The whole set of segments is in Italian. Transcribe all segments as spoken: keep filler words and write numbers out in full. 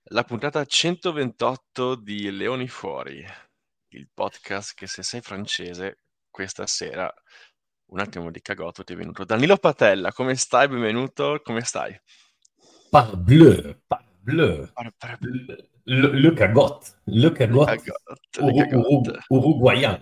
La puntata centoventotto di Leoni Fuori, il podcast che se sei francese questa sera, un attimo di cagotto ti è venuto. Danilo Patella, come stai? Benvenuto, come stai? Parbleu, parbleu. Par- par- Le, le, le cagotte, le Le cagotte cagotte, le uru- cagotte. uru- uruguayan.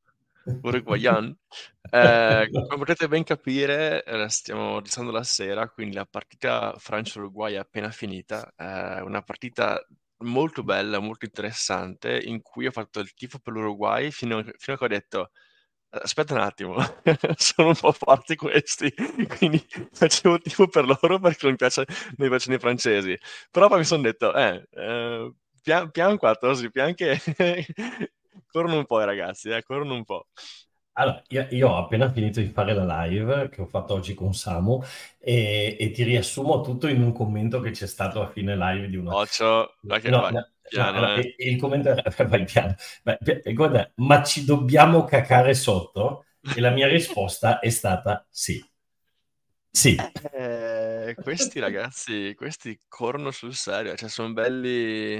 Uruguayan. Eh, come potete ben capire, eh, stiamo registrando la sera, quindi la partita Francia-Uruguay è appena finita. È una partita molto bella, molto interessante, in cui ho fatto il tifo per l'Uruguay fino, fino a che ho detto: "Eh, aspetta un attimo, sono un po' forti questi", quindi facevo il tifo per loro perché non mi piace, non mi piacciono i francesi. Però poi mi sono detto, eh, eh, pian, pian qua, Tosi, pian che corrono un po' i ragazzi, eh, corrono un po'. Allora, io, io ho appena finito di fare la live che ho fatto oggi con Samu e, e ti riassumo tutto in un commento che c'è stato a fine live di una... Occhio, vai, che- No, vai, no, no, piano, allora, eh. e- e il commento era, vai piano. Beh, pi- guarda, ma ci dobbiamo cacare sotto? E la mia risposta è stata sì. Sì. Eh, questi ragazzi, questi corrono sul serio, cioè sono belli.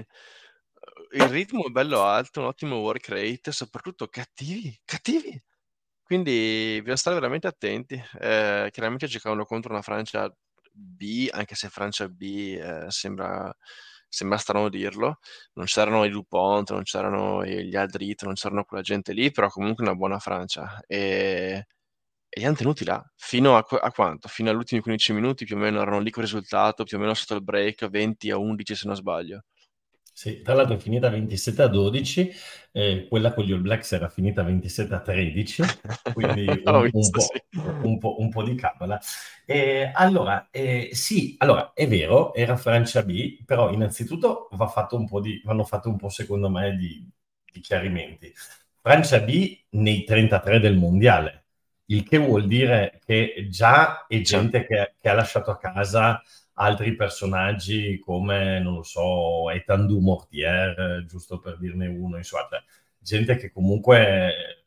Il ritmo è bello alto, un ottimo work rate, soprattutto cattivi, cattivi. Quindi bisogna stare veramente attenti. Eh, chiaramente giocavano contro una Francia B, anche se Francia B eh, sembra, sembra strano dirlo. Non c'erano i Dupont, non c'erano gli Aldrit, non c'erano quella gente lì, però comunque una buona Francia. E, e li hanno tenuti là, fino a, qu- a quanto? Fino agli ultimi quindici minuti più o meno erano lì col risultato, più o meno sotto il break, venti a undici se non sbaglio. Sì, tra l'altro è finita ventisette a dodici, eh, quella con gli All Blacks era finita ventisette a tredici, quindi Ho un, un visto, sì. po', un po', un po' di cabala. Eh, allora, eh, sì, allora è vero, era Francia B, però innanzitutto va fatto un po' di, vanno fatti un po', secondo me, di, di chiarimenti. Francia B nei trentatré del mondiale, il che vuol dire che già è Cioè, gente che, che ha lasciato a casa altri personaggi come, non lo so, Ethan Mortier, giusto per dirne uno, insomma, cioè, gente che comunque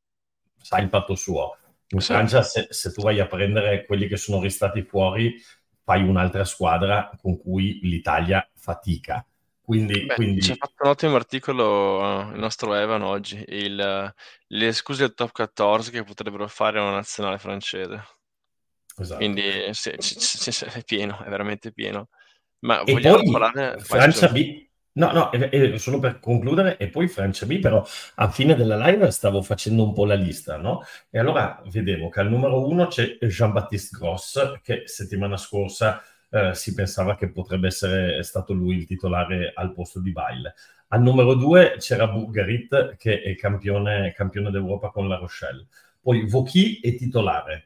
sa il fatto suo. In sì. Francia, se, se tu vai a prendere quelli che sono restati fuori, fai un'altra squadra con cui l'Italia fatica. Quindi, Beh, ci ha quindi fatto un ottimo articolo eh, il nostro Evan oggi, il- le scuse del top quattordici che potrebbero fare una nazionale francese. esatto. Quindi sì, c- c- c- è pieno, è veramente pieno. Ma E vogliamo poi parlare? Vai, Francia scusami. B, no, no, e- e solo per concludere, e poi Francia B, però a fine della live stavo facendo un po' la lista, no? E allora vedevo che al numero uno c'è Jean-Baptiste Gross, che settimana scorsa eh, si pensava che potrebbe essere stato lui il titolare al posto di Bail. Al numero due c'era Bourgarit, che è campione, campione d'Europa con la Rochelle. Poi Vauquy è titolare.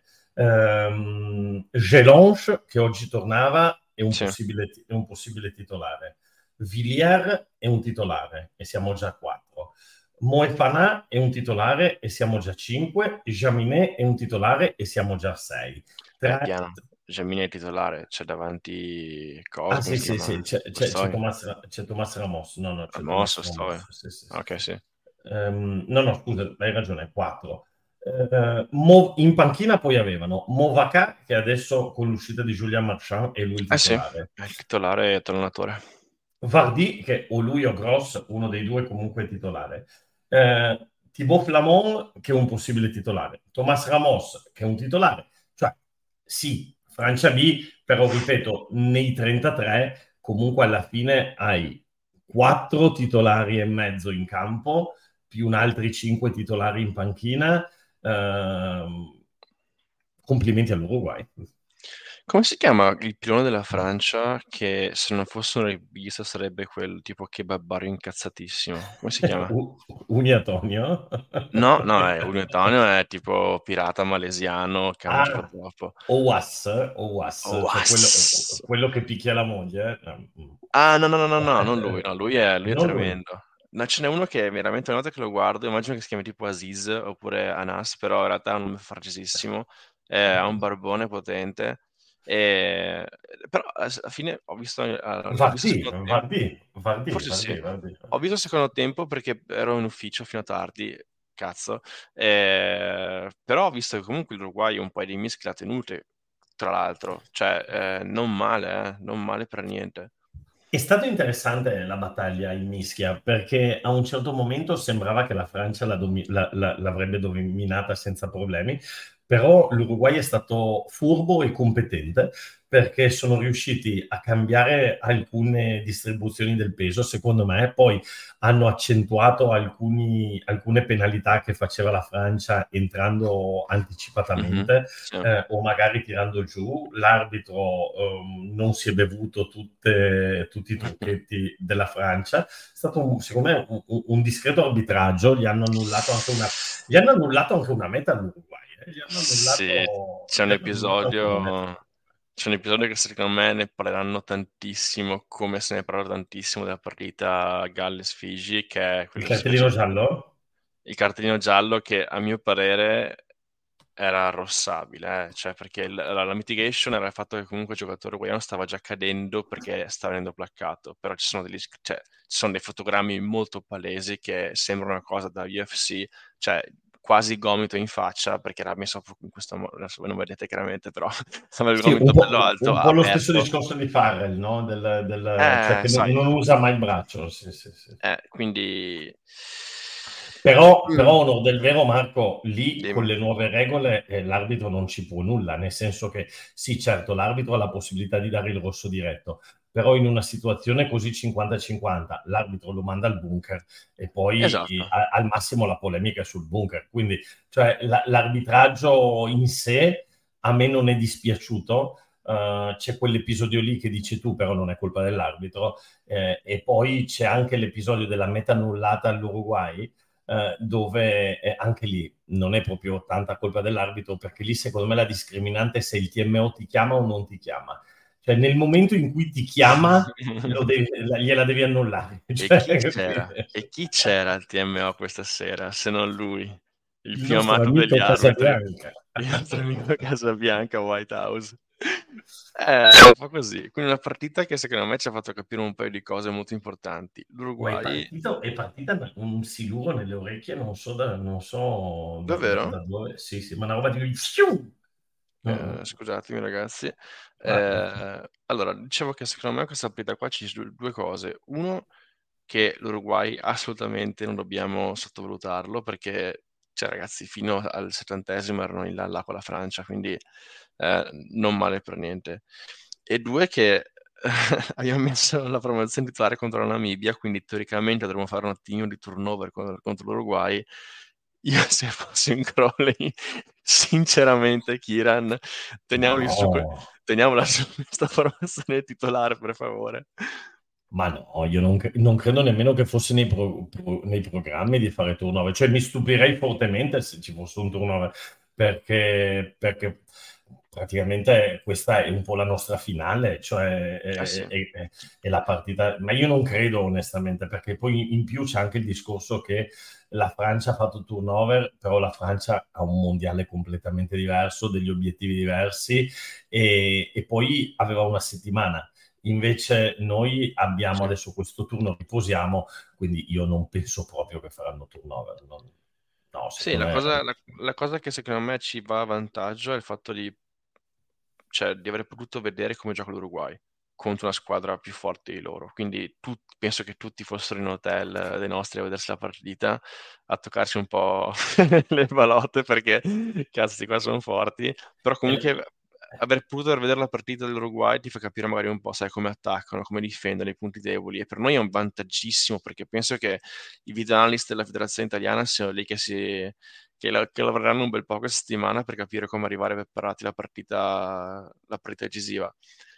Ehm, Gelange, che oggi tornava, è un Sì, possibile, è un possibile titolare. Villiers è un titolare e siamo già a quattro. Moefana è un titolare e siamo già a cinque. Jaminet è un titolare e siamo già a sei. beh, Tra... piano. Giamini è titolare, c'è davanti Ah, cosa, come sì, si sì, chiama? sì, c'è, c'è, c'è Bastoia. Thomas, c'è Thomas Ramos. No, no, c'è Ramos, Thomas Bastoia. Ramos. Sì, sì, sì, Ok, sì. sì. Ehm, no, no, scusa, hai ragione, quattro. Eh, Mo- in panchina poi avevano Movaka, che adesso con l'uscita di Julian Marchand è lui il Eh sì, titolare. è il titolare e talonatore. Vardy, che o lui o Gross, uno dei due comunque è titolare. Eh, Thibaut Flamand, che è un possibile titolare. Thomas Ramos, che è un titolare. Cioè, sì, Francia B, però ripeto, nei trentatré comunque alla fine hai quattro titolari e mezzo in campo, più un altri cinque titolari in panchina. Ehm, complimenti all'Uruguay. Come si chiama il pilone della Francia che se non fosse un rugbista sarebbe quel tipo kebabbaro incazzatissimo? Come si chiama? U- Uniatonio. No, no, è un Antonio è tipo pirata malesiano che ha mangiato Ah, troppo. Owas, Owas, Oh, cioè quello, ass. quello che picchia la moglie. eh? Mm. Ah, no, no, no, no, no, non lui, no, lui è, lui è Non lui. tremendo. No, ce n'è uno che veramente una volta che lo guardo, immagino che si chiami tipo Aziz oppure Anas, però in realtà è un nome francesissimo, eh, ha un barbone potente, e... però a- alla fine ho visto, eh, ho visto il Vardy, secondo tempo, Vardy, Vardy, forse sì, Vardy, Vardy. ho visto il secondo tempo perché ero in ufficio fino a tardi, cazzo, eh, però ho visto che comunque l'Uruguay un po' di mischi l'ha tenute, tra l'altro, cioè eh, non male, eh, non male per niente. È stato interessante la battaglia in mischia, perché a un certo momento sembrava che la Francia la domi- la- la- l'avrebbe dominata senza problemi, però l'Uruguay è stato furbo e competente perché sono riusciti a cambiare alcune distribuzioni del peso, secondo me, poi hanno accentuato alcuni- alcune penalità che faceva la Francia entrando Mhm, anticipatamente sì. eh, o magari tirando giù. L'arbitro ehm, non si è bevuto tutte- tutti i trucchetti della Francia. È stato, un- secondo me, un, un- un discreto arbitraggio. Gli hanno annullato anche una, gli hanno annullato anche una meta all'Uruguay. eh. Gli hanno Sì, annullato, c'è gli un hanno annullato anche una meta. episodio, c'è un episodio che secondo me ne parleranno tantissimo, come se ne parla tantissimo della partita Galles-Figi, che è Il quella cartellino specie giallo? il cartellino giallo che a mio parere era arrossabile, eh, cioè perché il- la, la mitigation era il fatto che comunque il giocatore uruguaiano stava già cadendo perché stava venendo placcato, però ci sono degli, sc- cioè, ci sono dei fotogrammi molto palesi che sembrano una cosa da U F C, cioè quasi gomito in faccia perché era messo proprio in questo modo, adesso voi non vedete chiaramente, però aveva il Sì, un gomito bello po', alto, un po' lo stesso aperto. discorso di Farrell, no? Del, del- cioè Eh, che non, sai, non usa mai il braccio. Sì, sì, sì. eh, quindi... Però, però, Mm, onor del vero, Marco, lì con dimmi. le nuove regole eh, l'arbitro non ci può nulla, nel senso che sì, certo, l'arbitro ha la possibilità di dare il rosso diretto, però in una situazione così cinquanta cinquanta l'arbitro lo manda al bunker e poi eh, Esatto. a- al massimo la polemica è sul bunker. Quindi, cioè, la- l'arbitraggio in sé a me non è dispiaciuto. Eh, c'è quell'episodio lì che dici tu, però non è colpa dell'arbitro. Eh, e poi c'è anche l'episodio della meta annullata all'Uruguay, eh, dove eh, anche lì non è proprio tanta colpa dell'arbitro, perché lì secondo me la discriminante è se il T M O ti chiama o non ti chiama. Cioè nel momento in cui ti chiama, lo devi- la- gliela devi annullare. E Cioè, chi capito? c'era? E chi c'era al T M O questa sera, se non lui? Il Il più nostro amato degli amico arbitri, Casabianca. il nostro amico Casabianca White House. Eh, è un po' così. Quindi una partita che secondo me ci ha fatto capire un paio di cose molto importanti. Oh, è L'Uruguay, partito, è partita un siluro nelle orecchie, non so da, non so da, da- davvero? da dove. Sì, sì, ma una roba di... Fiu! Mm, Eh, scusatemi ragazzi. vai. Eh, allora, dicevo che secondo me questa partita qua ci sono due cose. Uno, che l'Uruguay assolutamente non dobbiamo sottovalutarlo perché, cioè, ragazzi, fino al settantesimo erano in là, là con la Francia, quindi eh, non male per niente. E due, che abbiamo messo la promozione titolare contro la Namibia, quindi teoricamente dovremmo fare un attimino di turnover contro, contro l'Uruguay. Io se fossi un Crowley, sinceramente, Kiran, teniamoli su, que- No. teniamola su questa formazione titolare, per favore. Ma no, io non, cre- non credo nemmeno che fosse nei, pro- pro- nei programmi di fare turnover. Cioè, mi stupirei fortemente se ci fosse un turnover, perché, perché praticamente questa è un po' la nostra finale, cioè Eh sì. è, è- è- è la partita. Ma io non credo onestamente, perché poi in più c'è anche il discorso che la Francia ha fatto turnover, però la Francia ha un mondiale completamente diverso, degli obiettivi diversi e e poi aveva una settimana. Invece noi abbiamo Sì. adesso questo turno, riposiamo, quindi io non penso proprio che faranno turnover. Non- no, Sì, secondo la me... cosa, la, la cosa che secondo me ci va a vantaggio è il fatto di, cioè, di aver potuto vedere come gioca l'Uruguay contro una squadra più forte di loro. Quindi tu- penso che tutti fossero in hotel eh, dei nostri a vedersi la partita, a toccarsi un po' le balotte perché cazzo, di qua sono forti. Però comunque aver potuto vedere la partita dell'Uruguay ti fa capire magari un po', sai, come attaccano, come difendono i punti deboli. E per noi è un vantaggissimo perché penso che i video analyst della federazione italiana siano lì che si che, la- che lavoreranno un bel po' questa settimana per capire come arrivare preparati alla partita, la partita decisiva.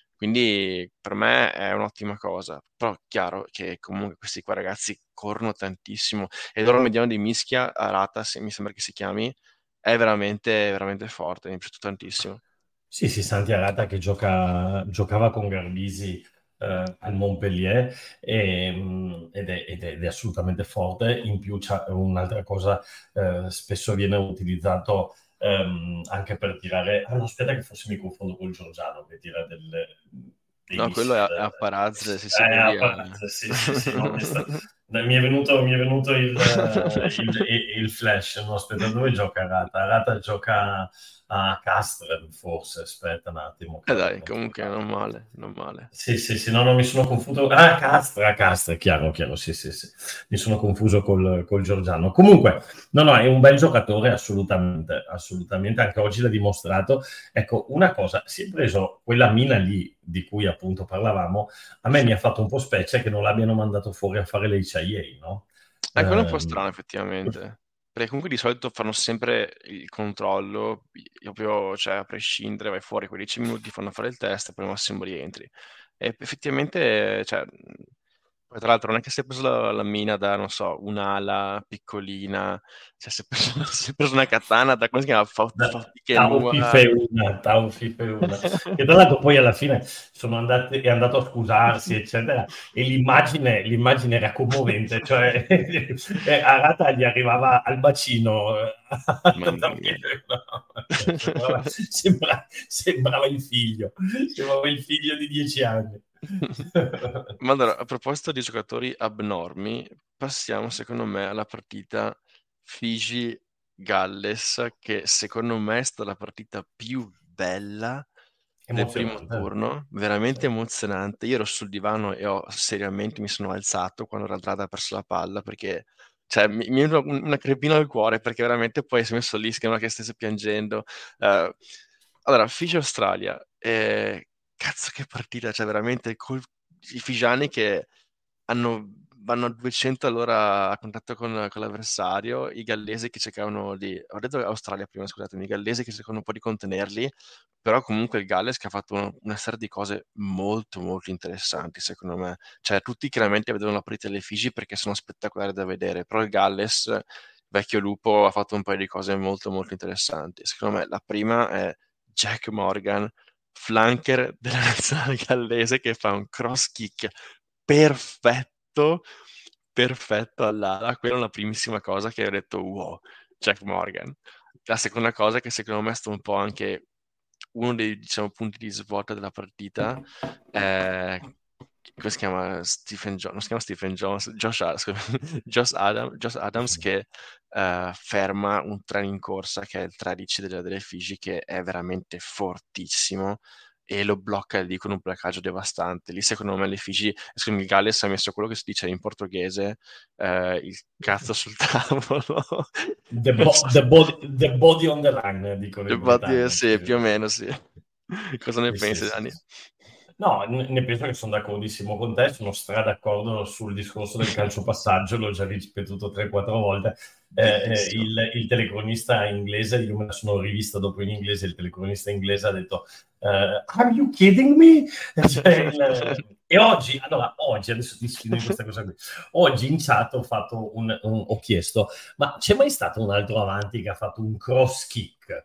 Quindi per me è un'ottima cosa. Però è chiaro che comunque questi qua ragazzi corrono tantissimo e il loro mediano di mischia, Arata, se mi sembra che si chiami, è veramente, veramente forte, mi è piaciuto tantissimo. Sì, sì, Santi Arata che gioca- giocava con Garbisi eh, al Montpellier e, mh, ed è, ed è- ed è assolutamente forte. In più c'ha un'altra cosa, eh, spesso viene utilizzato ehm, anche per tirare... Ah no, aspetta che forse mi confondo con Giorgiano che tira del- dei No, quello è, missili. a- da- è a Paraz, si Eh, siede a lì a... Palazzo, sì, sì, sì, no, mi sta- Dai, mi è venuto, mi è venuto il, eh, il- il- il flash. No, aspetta, dove gioca Arata? Arata gioca a Castres, forse. Aspetta un attimo che Eh vado a dai, comunque controllare. non male, non male. Sì, sì, sì, no, no, mi sono confuso. Ah, Castra, Castra, chiaro, chiaro, sì, sì, sì. Mi sono confuso col, col Giorgiano. Comunque, no, no, è un bel giocatore, assolutamente, assolutamente, anche oggi l'ha dimostrato. Ecco, una cosa, si è preso quella mina lì di cui appunto parlavamo, a me mi ha fatto un po' specie che non l'abbiano mandato fuori a fare l'H I A, no? Eh, quello è un po' Ehm, strano effettivamente, perché comunque di solito fanno sempre il controllo, i- proprio, cioè a prescindere, vai fuori quei dieci minuti, fanno fare il test, poi al massimo rientri. E effettivamente, cioè, mh, poi tra l'altro non è che si è preso la, la mina da, non so, un'ala piccolina, cioè si è preso, si è preso una katana da, come si chiama, Fa- Da- Tao Fatikenua. Fife una, Tao Fife una, che tra l'altro poi alla fine sono andati, è andato a scusarsi, eccetera, e l'immagine, l'immagine era commovente, cioè eh, Arata gli arrivava al bacino, eh, a Mamma Tao mia. Fife una. Cioè, sembrava, sembra- sembrava il figlio, sembrava il figlio di dieci anni. Ma allora, a proposito di giocatori abnormi, passiamo secondo me alla partita Fiji-Galles, che secondo me è stata la partita più bella del primo Emozionante. turno, Sì. veramente emozionante. Io ero sul divano e ho seriamente mi sono alzato quando Radradda ha perso la palla perché cioè, mi, mi è venuta un- una crepina al cuore perché veramente poi si è messo lì, sembra che stesse piangendo. Eh, allora, Fiji-Australia, eh, cazzo che partita, cioè veramente col- i figiani che hanno- vanno a duecento all'ora a contatto con, con l'avversario, i gallesi che cercavano di, ho detto Australia prima, scusatemi, i gallesi che cercavano un po' di contenerli, però comunque il Galles che ha fatto una, una serie di cose molto molto interessanti secondo me, cioè tutti chiaramente vedono la partita delle Figi perché sono spettacolari da vedere, però il Galles, vecchio lupo, ha fatto un paio di cose molto molto interessanti, secondo me la prima è Jack Morgan, flanker della nazionale gallese che fa un cross kick perfetto, perfetto all'ala. Quella è una primissima cosa che ho detto, wow, Jack Morgan. La seconda cosa che secondo me è stato un po' anche uno dei, diciamo, punti di svolta della partita è, come si chiama? Stephen Jones, non si chiama Stephen Jones, Josh, Ad- scusa, Josh Adam- Josh Adams che eh, ferma un treno in corsa che è il tredici delle, delle Figi che è veramente fortissimo e lo blocca lì con un placcaggio devastante. Lì secondo me le Figi, secondo me il Galles ha messo quello che si dice in portoghese, eh, il cazzo sul tavolo. The, bo- the body, the body on the line, dicono in Infatti, Britannia. sì, più o meno sì. Cosa ne Sì, sì, pensi, sì, Dani? sì. No, ne ne penso che sono d'accordissimo con te, sono stra d'accordo sul discorso del calcio passaggio, l'ho già ripetuto tre quattro volte. Eh, eh, Bellissimo. il, il telecronista inglese, io me la sono rivista dopo in inglese, il telecronista inglese ha detto eh, Are you kidding me? Cioè, il- e oggi, allora, oggi, adesso ti sfido in questa cosa qui, oggi in chat ho, fatto un, un- ho chiesto, ma c'è mai stato un altro avanti che ha fatto un cross kick?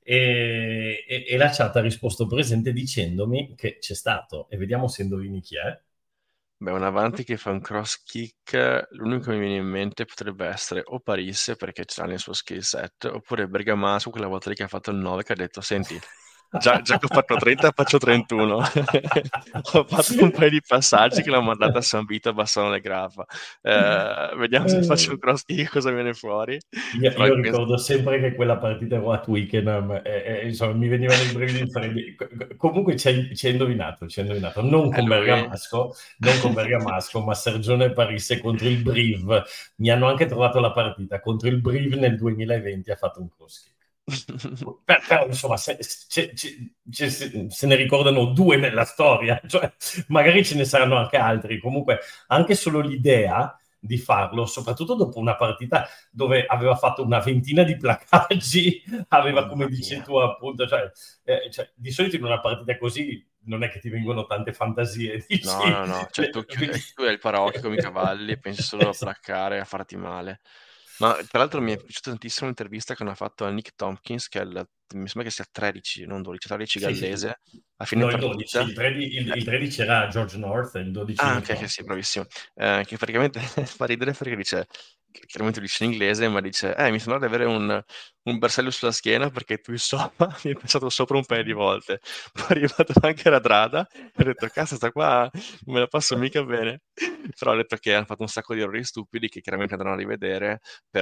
E, e, e la chat ha risposto presente dicendomi che c'è stato. E vediamo se indovini chi è. Beh, un avanti che fa un cross kick, l'unico che mi viene in mente potrebbe essere o Paris, perché ce l'ha nel suo skill set, oppure Bergamasco, quella volta lì che ha fatto il nove, che ha detto, senti, già, già che ho fatto trenta, faccio trentuno. Ho fatto un paio di passaggi che l'ho mandata a San Vito a Bassano le Grappa. Eh, vediamo se faccio un Eh, cross kick cosa viene fuori. Io, Però io penso- ricordo sempre che quella partita ero a Twickenham e, e, insomma, mi venivano i brividi freddi. Co- co- Comunque ci hai ci hai indovinato, ci hai indovinato. Non è con lui. Bergamasco, non con Bergamasco, ma Sergione Parisse contro il Brive. Mi hanno anche trovato la partita contro il Brive nel duemilaventi, ha fatto un cross kick. Per- Però, insomma, se, se- se- se- se- se ne ricordano due nella storia, cioè, magari ce ne saranno anche altri. Comunque, anche solo l'idea di farlo, soprattutto dopo una partita dove aveva fatto una ventina di placaggi, aveva, come Mamma dici mia. tu, appunto, cioè, eh, cioè, di solito in una partita così non è che ti vengono tante fantasie, No, dici... no, no, cioè le- tu chiudi, tu hai il paraocchi come i cavalli e pensi solo a Esatto. placcare e a farti male. Ma tra l'altro mi è piaciuta tantissimo l'intervista che hanno fatto a Nick Tompkins, che è il, mi sembra che sia tredici, non dodici, tredici Sì, sì, sì. gallese, a fine No, il dodici, partita. il tredici, il, Eh, il tredici era George North e il dodici Ah, Nick ok, ok, sì, Tompkins. bravissimo. Eh, che praticamente fa ridere perché dice, chiaramente lo dice in inglese, ma dice, eh, mi sembra di avere un, un bersaglio sulla schiena perché tu insomma mi hai passato sopra un paio di volte. Poi è arrivato anche Radrada e ho detto, cazzo, sta qua non me la passo mica bene. Però ho detto che hanno fatto un sacco di errori stupidi che chiaramente andranno a rivedere,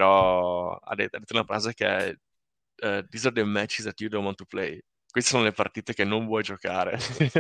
però ha detto, ha detto una frase che è eh, these are the matches that you don't want to play. Queste sono le partite che non vuoi giocare.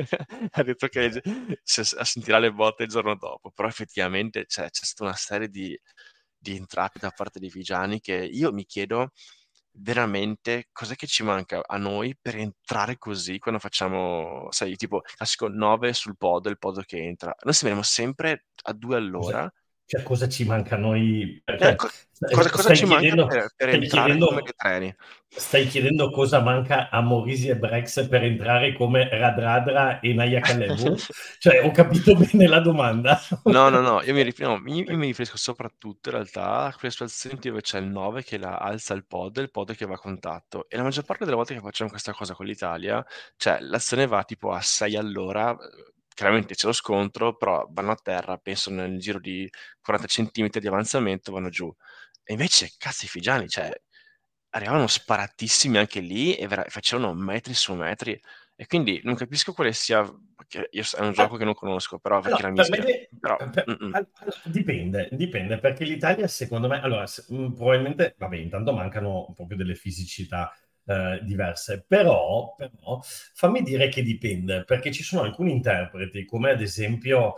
Ha detto che se- sentirà le botte il giorno dopo, però effettivamente c'è, c'è stata una serie di, di entrate da parte dei Vigiani che io mi chiedo veramente cos'è che ci manca a noi per entrare così quando facciamo, sai, tipo classico nove sul pod, il pod che entra. Noi sembriamo sempre a due Cosa, all'ora. cioè, cosa ci manca a noi? Eh, Cioè, co- cosa, cosa stai ci manca chiedendo, per, per stai entrare come chiedendo, dei treni? stai chiedendo cosa manca a Morisi e Brex per entrare come Radradra e Naya Kalevu? Cioè, ho capito bene la domanda. No, no, no, io mi, rif- no, io- io mi riferisco soprattutto in realtà a quelle situazioni dove c'è il nove che la alza il pod e il pod che va a contatto. E la maggior parte delle volte che facciamo questa cosa con l'Italia, cioè l'azione va tipo a sei all'ora, eh, chiaramente c'è lo scontro, però vanno a terra, penso nel giro di quaranta centimetri di avanzamento, vanno giù. E invece, cazzo, i figiani, cioè, arrivavano sparatissimi anche lì e vera- facevano metri su metri. E quindi non capisco quale sia, perché io- è un gioco che non conosco, però perché Allora, la per me mischia. de- Però, per- mm-mm. all- allora, dipende, dipende, perché l'Italia secondo me, allora, se- mh, probabilmente, vabbè, intanto mancano proprio delle fisicità eh, diverse, però, però fammi dire che dipende, perché ci sono alcuni interpreti, come ad esempio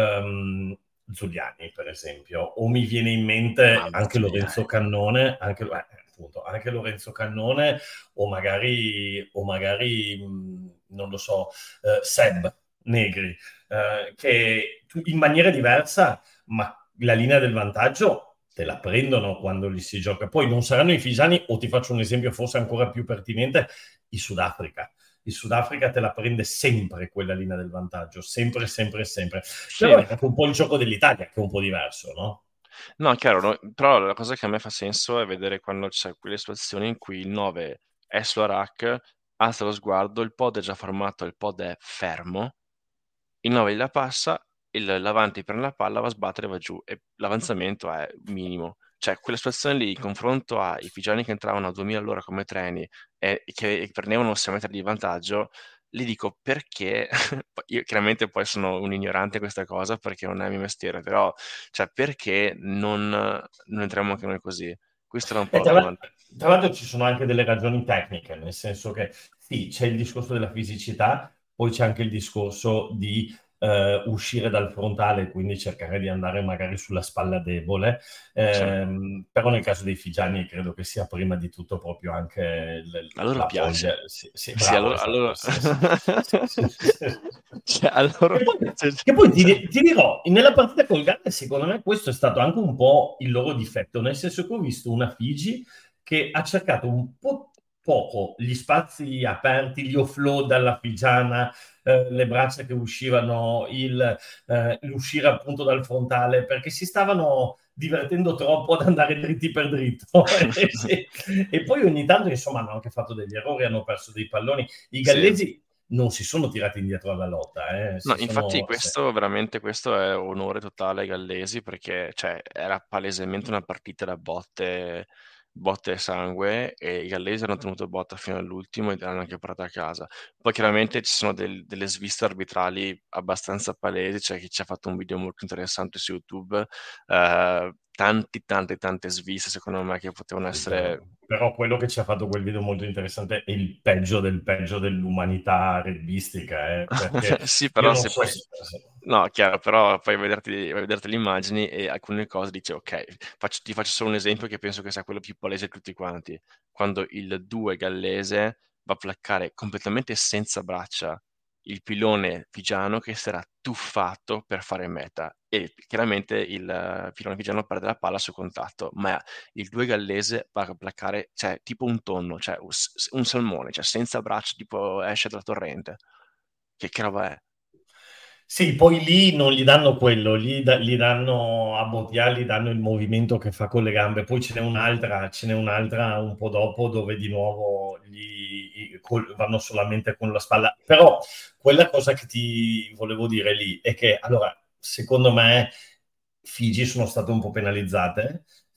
ehm, Zuliani, per esempio, o mi viene in mente Mamma anche Lorenzo Giuliani. Cannone, anche, eh, appunto, anche Lorenzo Cannone, o magari, o magari mh, non lo so, eh, Seb Negri eh, che tu- in maniera diversa, ma la linea del vantaggio te la prendono quando li si gioca. Poi non saranno i Fisani, o ti faccio un esempio forse ancora più pertinente, il Sudafrica. Il Sudafrica te la prende sempre quella linea del vantaggio, sempre, sempre, sempre. Però Sì, è anche un po' il gioco dell'Italia, che è un po' diverso, no? no, chiaro, no, però la cosa che a me fa senso è vedere quando c'è quelle situazioni in cui il nove è sulla rack, alza lo sguardo, il pod è già formato, il pod è fermo, il nove la passa, il, l'avanti prende la palla, va a sbattere e va giù, e l'avanzamento è minimo. Cioè, quella situazione lì, in confronto ai pigiani che entravano a duemila all'ora come treni e che prendevano sei metri di vantaggio, lì dico perché, io chiaramente poi sono un ignorante a questa cosa perché non è il mio mestiere, però cioè, perché non, non entriamo anche noi così? Questa era un po' E la tra l'altro, domanda. tra l'altro ci sono anche delle ragioni tecniche, nel senso che sì, c'è il discorso della fisicità, poi c'è anche il discorso di eh, uscire dal frontale, quindi cercare di andare magari sulla spalla debole. Sì. Ehm, però nel caso dei Figiani credo che sia prima di tutto proprio anche l- A loro la voglia. piace. Sì, sì, Sì, bravo, allora, esatto. allora... Sì, sì, sì, sì, sì, sì. Cioè, allora... Che poi, cioè, che poi ti, cioè, di- ti dirò, nella partita col Galles, secondo me questo è stato anche un po' il loro difetto, nel senso che ho visto una Figi che ha cercato un po' poco gli spazi aperti, gli offload dalla Figiana, eh, le braccia che uscivano, il, eh, l'uscire appunto dal frontale, perché si stavano divertendo troppo ad andare dritti per dritto. E, sì. E poi ogni tanto, insomma, hanno anche fatto degli errori, hanno perso dei palloni. I sì. gallesi non si sono tirati indietro alla lotta, eh, No, si infatti sono... sì. questo veramente questo è onore totale ai gallesi perché cioè, era palesemente una partita da botte, botte e sangue e i gallesi hanno tenuto botta fino all'ultimo ed hanno anche portato a casa. Poi chiaramente ci sono del- delle sviste arbitrali abbastanza palesi, c'è chi ci ha fatto un video molto interessante su YouTube, eh, tanti, tante, tante sviste secondo me che potevano Sì, però, essere. però quello che ci ha fatto quel video molto interessante è il peggio del peggio dell'umanità rugbistica, eh, perché Sì, io però non se so poi... se... se- No, chiaro, però poi vederti, vai a vederti le immagini e alcune cose dici, ok, faccio- ti faccio solo un esempio che penso che sia quello più palese di tutti quanti. Quando il due gallese va a placcare completamente senza braccia il pilone pigiano che si era tuffato per fare meta e chiaramente il eh, pilone pigiano perde la palla su contatto, ma il due gallese va a placcare, cioè, tipo un tonno, cioè un, s- un salmone, cioè senza braccia, tipo esce dalla torrente. Che, che roba è? Sì, poi lì non gli danno quello, lì da- gli danno a Botia, gli danno il movimento che fa con le gambe, poi ce n'è un'altra, ce n'è un'altra un po' dopo dove di nuovo gli, col- vanno solamente con la spalla. Però quella cosa che ti volevo dire lì è che, allora, secondo me, Figi sono state un po' penalizzate,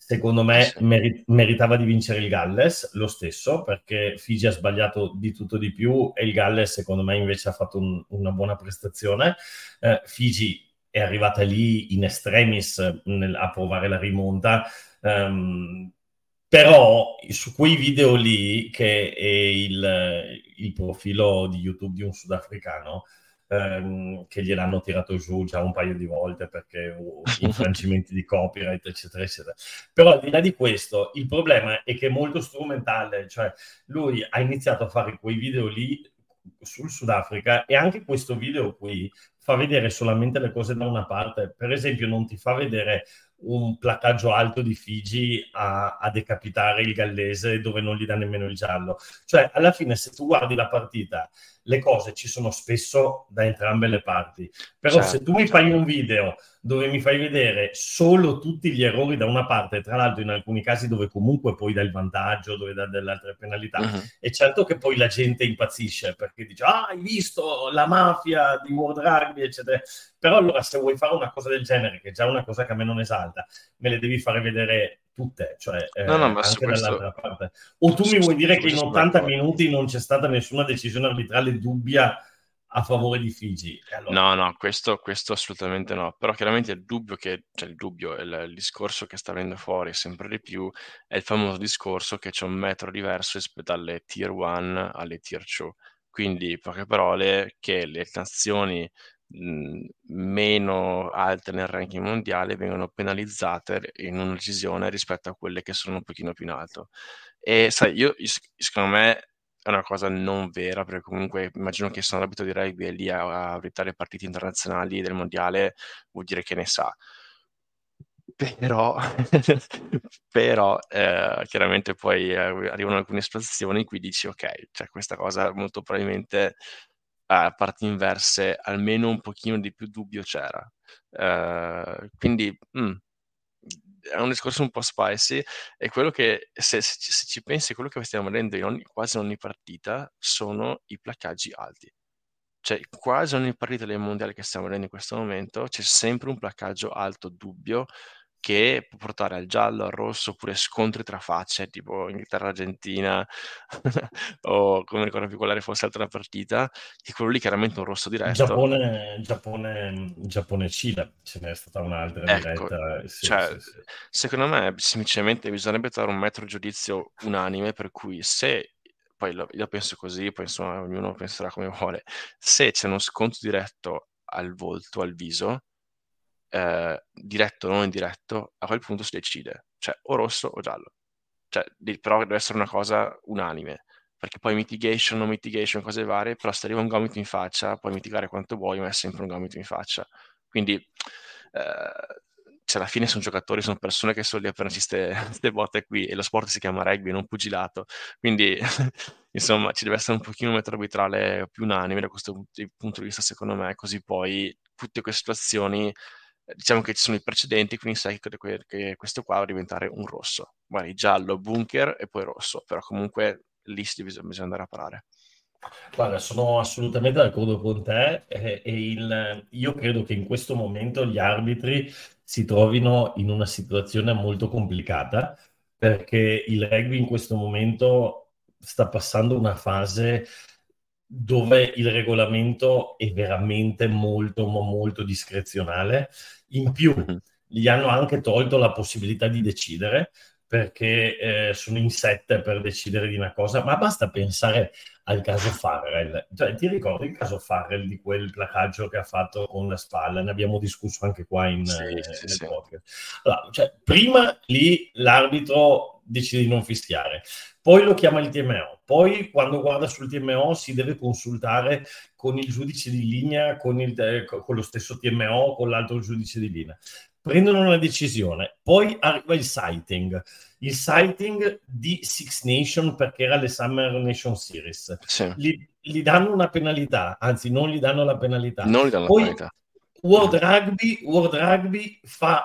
Secondo Eh me sì. meri- meritava di vincere il Galles lo stesso, perché Figi ha sbagliato di tutto di più e il Galles secondo me invece ha fatto un- una buona prestazione. Eh, Figi è arrivata lì in extremis nel- a provare la rimonta, ehm, però su quei video lì, che è il, il profilo di YouTube di un sudafricano, ehm, che gliel'hanno tirato giù già un paio di volte perché uh, infrangimenti di copyright, eccetera, eccetera. Però al di là di questo, il problema è che è molto strumentale, cioè lui ha iniziato a fare quei video lì sul Sudafrica e anche questo video qui fa vedere solamente le cose da una parte. Per esempio, non ti fa vedere un placcaggio alto di Figi a, a decapitare il gallese dove non gli dà nemmeno il giallo. Cioè, alla fine, se tu guardi la partita, le cose ci sono spesso da entrambe le parti. Però se tu Certo, mi fai certo. un video dove mi fai vedere solo tutti gli errori da una parte, tra l'altro in alcuni casi dove comunque poi dà il vantaggio, dove dà delle altre penalità, Mhm. è certo che poi la gente impazzisce perché dice, ah, hai visto la mafia di World Rugby, eccetera. Però allora se vuoi fare una cosa del genere, che è già una cosa che a me non esalta, me le devi fare vedere tutte, cioè No, no, eh, ma su anche questo, dall'altra parte. O tu su, mi vuoi su dire che in questo sono ottanta d'accordo. minuti non c'è stata nessuna decisione arbitrale dubbia a favore di Figi? E allora, No, no, questo, questo assolutamente no. Però chiaramente il dubbio che, cioè il dubbio, il, il discorso che sta venendo fuori sempre di più è il famoso discorso che c'è un metro diverso rispetto alle tier uno alle tier due. Quindi, in poche parole, che le nazioni mh, meno alte nel ranking mondiale vengono penalizzate in una decisione rispetto a quelle che sono un pochino più in alto. E sai, io, io- secondo me è una cosa non vera, perché comunque immagino che se un arbitro di rugby è lì a, a arbitrare partite internazionali del mondiale, vuol dire che ne sa. Però, però eh, chiaramente poi eh, arrivano alcune situazioni in cui dici, ok, cioè questa cosa molto probabilmente a parti inverse almeno un pochino di più dubbio c'era. Eh, quindi mm, è un discorso un po' spicy e quello che, se, se ci se ci pensi, quello che stiamo vedendo in ogni- quasi ogni partita sono i placcaggi alti. Cioè, quasi ogni partita dei mondiali che stiamo vedendo in questo momento c'è sempre un placcaggio alto dubbio che può portare al giallo, al rosso, oppure scontri tra facce, tipo Inghilterra-Argentina, o come ricordo più quale fosse l'altra partita, che quello lì chiaramente è un rosso diretto. Giappone, Giappone, Giappone-Cile, ce n'è stata un'altra Ecco, diretta, eh, sì, cioè, sì, sì. secondo me semplicemente bisognerebbe trovare un metro giudizio unanime per cui se, poi lo- io penso così, poi insomma ognuno penserà come vuole, se c'è uno scontro diretto al volto, al viso, eh, diretto o non indiretto, a quel punto si decide, cioè o rosso o giallo. Cioè, di- però deve essere una cosa unanime, perché poi mitigation, no mitigation, cose varie, però se arriva un gomito in faccia, puoi mitigare quanto vuoi, ma è sempre un gomito in faccia. Quindi, eh, cioè, alla fine sono giocatori, sono persone che sono lì a prendersi queste botte qui, e lo sport si chiama rugby, non pugilato. Quindi, insomma, ci deve essere un pochino un metro arbitrale più unanime da questo punto di punto di vista, secondo me, così poi tutte queste situazioni eh, diciamo che ci sono i precedenti, quindi sai che, que- che questo qua va a diventare un rosso. Magari giallo, bunker e poi rosso, però comunque lì si bisogna, bisogna andare a parare. Guarda, sono assolutamente d'accordo con te e, e il- io credo che in questo momento gli arbitri si trovino in una situazione molto complicata perché il rugby in questo momento sta passando una fase dove il regolamento è veramente molto, mo- molto discrezionale. In più, Mhm. gli hanno anche tolto la possibilità di decidere perché eh, sono in sette per decidere di una cosa, ma basta pensare al caso Farrell. Cioè, ti ricordi il caso Farrell di quel placaggio che ha fatto con la spalla? Ne abbiamo discusso anche qua in, Sì, eh, sì, nel sì. podcast. Allora, cioè, prima lì l'arbitro decide di non fischiare, poi lo chiama il T M O, poi quando guarda sul T M O si deve consultare con il giudice di linea, con, il, eh, con lo stesso T M O, con l'altro giudice di linea. Prendono una decisione, poi arriva il sighting, il sighting di Six Nation perché era le Summer Nation Series. Sì. Gli, gli danno una penalità, anzi non gli danno la penalità. Non gli danno la Poi penalità. World Mhm. Rugby, World Rugby fa,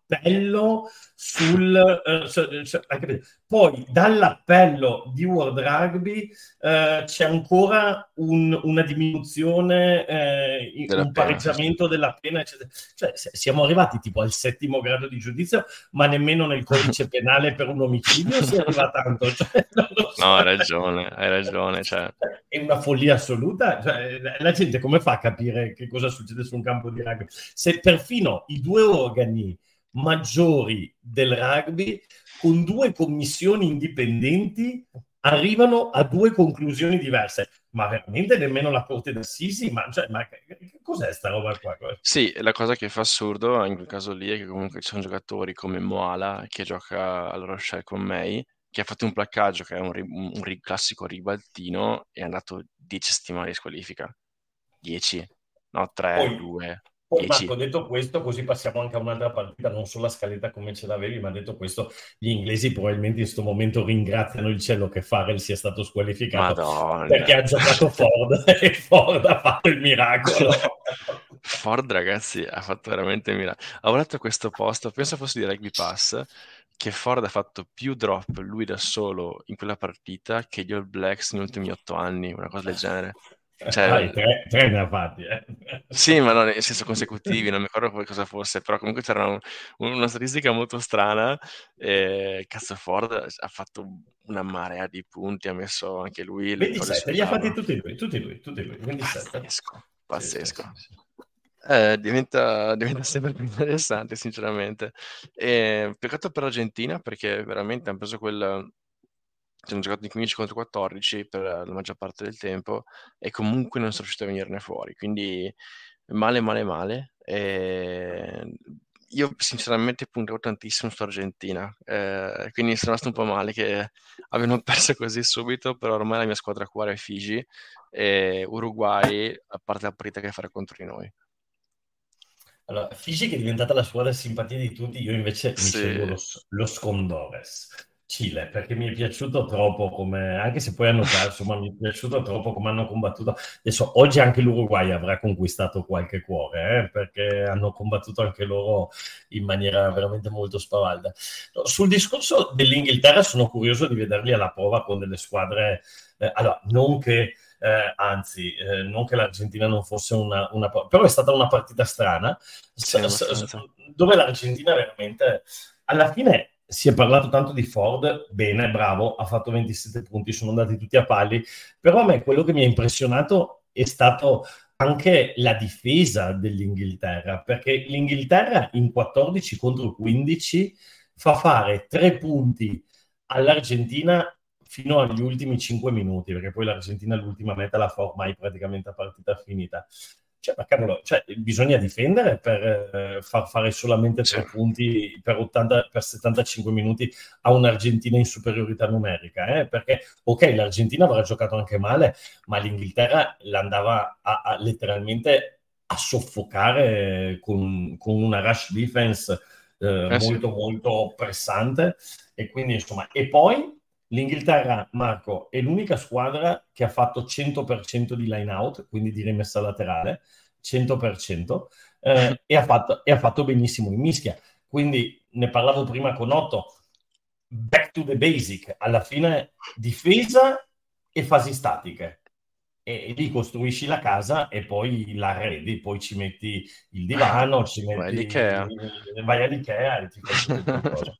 l'appello sul... eh, so- so- hai capito? Poi dall'appello di World Rugby eh, c'è ancora un- una diminuzione, eh, della un pena, sì, sì. pareggiamento della pena, eccetera. Cioè, se- siamo arrivati tipo al settimo grado di giudizio, ma nemmeno nel codice penale per un omicidio si arriva tanto. Cioè, non lo so. No, hai ragione, hai ragione, cioè, È una follia assoluta. Cioè, la gente come fa a capire che cosa succede su un campo di rugby? Se perfino i due organi maggiori del rugby, con due commissioni indipendenti, arrivano a due conclusioni diverse. Ma veramente nemmeno la Corte d'Assisi? Ma, cioè, ma che, che cos'è sta roba qua? sì, la cosa che fa assurdo in quel caso lì è che comunque ci sono giocatori come Moala che gioca alla Rochelle con May, che ha fatto un placcaggio che è un, ri- un ri- classico ribaltino e è andato dieci settimane di squalifica. dieci, no, tre, Poi, due, poi dieci. Marco, detto questo, così passiamo anche a un'altra partita, non solo la scaletta come ce l'avevi, ma detto questo, gli inglesi probabilmente in questo momento ringraziano il cielo che Farrell sia stato squalificato perché Madonna. ha giocato Ford e Ford ha fatto il miracolo. Ford, ragazzi, ha fatto veramente miracolo. Ho letto questo post, penso fosse di Rugby Pass, che Ford ha fatto più drop lui da solo in quella partita che gli All Blacks negli ultimi otto anni, una cosa del genere. Ah, i Cioè, tre, tre ne ha fatti, eh. sì, ma no, nel senso consecutivi, non mi ricordo poi cosa fosse, però comunque c'era un- una statistica molto strana. E cazzo, Ford ha fatto una marea di punti, ha messo anche lui le cose ventisette, sul li ha fatti tavolo. tutti lui, tutti lui, tutti lui, ventisette. Pazzesco, Sì, sì, pazzesco. sì, sì. Eh, diventa, diventa sempre più interessante, sinceramente. E, peccato per l'Argentina perché veramente hanno preso quel. Ci hanno giocato di quindici contro quattordici per la maggior parte del tempo e comunque non sono riuscito a venirne fuori. Quindi male, male, male. E io sinceramente puntavo tantissimo su Argentina, eh, quindi sono rimasto un po' male che abbiano perso così subito, però ormai la mia squadra cuore è Figi e Uruguay, a parte la partita che farà contro di noi. Allora, Figi che è diventata la squadra simpatia di tutti, io invece mi scelgo Sì. lo, lo Scondores. Cile, perché mi è piaciuto troppo come, anche se poi hanno perso, ma mi è piaciuto troppo come hanno combattuto. Adesso, oggi anche l'Uruguay avrà conquistato qualche cuore, eh, perché hanno combattuto anche loro in maniera veramente molto spavalda. No, sul discorso dell'Inghilterra sono curioso di vederli alla prova con delle squadre, eh, allora, non che eh, anzi, eh, non che l'Argentina non fosse una, una, però è stata una partita strana, Sì, s- s- abbastanza. dove l'Argentina veramente, alla fine si è parlato tanto di Ford, bene, bravo, ha fatto ventisette punti, sono andati tutti a pali, però a me quello che mi ha impressionato è stato anche la difesa dell'Inghilterra, perché l'Inghilterra in quattordici contro quindici fa fare tre punti all'Argentina fino agli ultimi cinque minuti, perché poi l'Argentina l'ultima meta la fa ormai praticamente a partita finita. Cioè, ma cavolo, cioè, bisogna difendere per eh, far fare solamente Sì. tre punti per, ottanta, per settantacinque minuti a un'Argentina in superiorità numerica, eh? Perché, ok, l'Argentina avrà giocato anche male, ma l'Inghilterra l'andava a, a, letteralmente a soffocare con, con una rush defense eh, Eh sì. molto molto pressante e quindi insomma e poi l'Inghilterra, Marco, è l'unica squadra che ha fatto cento per cento di line out, quindi di rimessa laterale, cento per cento, eh, e, ha fatto, e ha fatto benissimo in mischia. Quindi ne parlavo prima con Otto, back to the basic, alla fine difesa e fasi statiche. E, e lì costruisci la casa e poi la arredi, poi ci metti il divano, ci Vai metti, all'Ikea. vai all'Ikea e ti fai tutto qualcosa.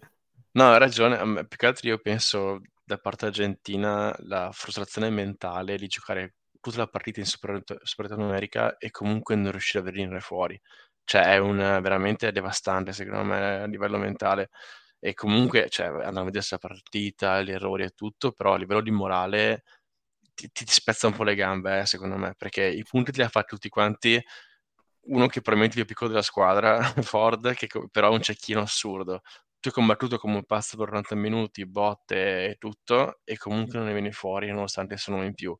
No, hai ragione. A me- più che altro io penso da parte argentina la frustrazione mentale di giocare tutta la partita in superiorità superiorità numerica e comunque non riuscire a venire fuori. Cioè è un, veramente devastante secondo me a livello mentale. E comunque, cioè, andando a vedersi la partita, gli errori e tutto, però a livello di morale ti, ti spezza un po' le gambe, eh, secondo me, perché i punti te li ha fatti tutti quanti uno che probabilmente è più piccolo della squadra, Ford, che co- però ha un cecchino assurdo. Tu hai combattuto come un pazzo per ottanta minuti, botte e tutto, e comunque non ne vieni fuori nonostante sono uno in più.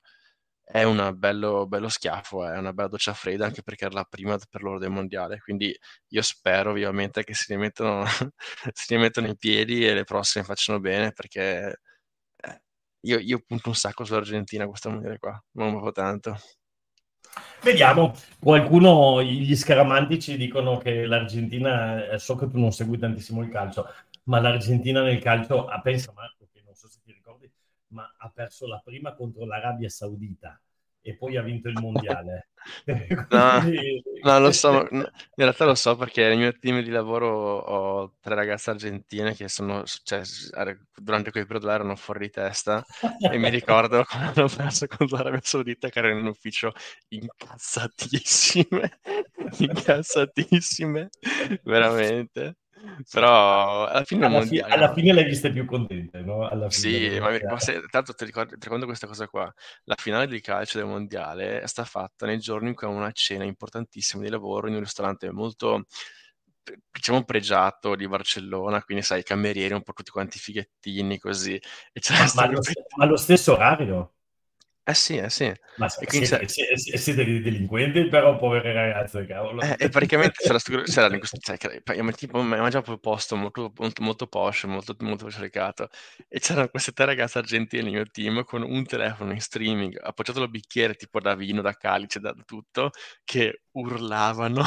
È un bello, bello schiaffo, è una bella doccia fredda anche perché era la prima per loro del mondiale. Quindi io spero vivamente che si rimettano, si rimettano in piedi e le prossime facciano bene perché eh, io, io punto un sacco sull'Argentina questo mondiale qua, non proprio tanto. Vediamo, qualcuno, gli scaramantici dicono che l'Argentina, eh, so che tu non segui tantissimo il calcio, ma l'Argentina nel calcio ha, pensa Marco, che non so se ti ricordi, ma ha perso la prima contro l'Arabia Saudita e poi ha vinto il mondiale. No, Quindi... no, lo so, ma- no, in realtà lo so perché nel mio team di lavoro ho tre ragazze argentine che sono, cioè, s- er- durante quel periodo là erano fuori di testa e mi ricordo quando hanno perso contro l'Arabia Saudita che erano in ufficio incazzatissime, incazzatissime, veramente. Però alla fine è un alla, fi- mondiale, alla no? fine le hai viste più contente, no? Alla fine del Sì, ma, mi- ma mondiale. se, tanto ti ricordi, ti racconto questa cosa qua. La finale di calcio del mondiale è stata fatta nei giorni in cui avevo una cena importantissima di lavoro in un ristorante molto, eh, diciamo, pregiato di Barcellona, quindi sai, i camerieri un po' tutti quanti fighettini così. E c'era Ma, ma questo allo, gruppetto. ma allo stesso orario? Eh sì, eh sì. Ma E quindi c'è- siete, siete, siete dei delinquenti, però, povere ragazze, cavolo. Eh, e praticamente c'era, sto, c'era in questo, cioè, che- ma tipo, ma mangiavo un posto molto, molto, molto posh, molto, molto cercato, e c'erano queste tre ragazze argentine nel mio team con un telefono in streaming appoggiato al bicchiere tipo da vino, da calice, da tutto, che urlavano,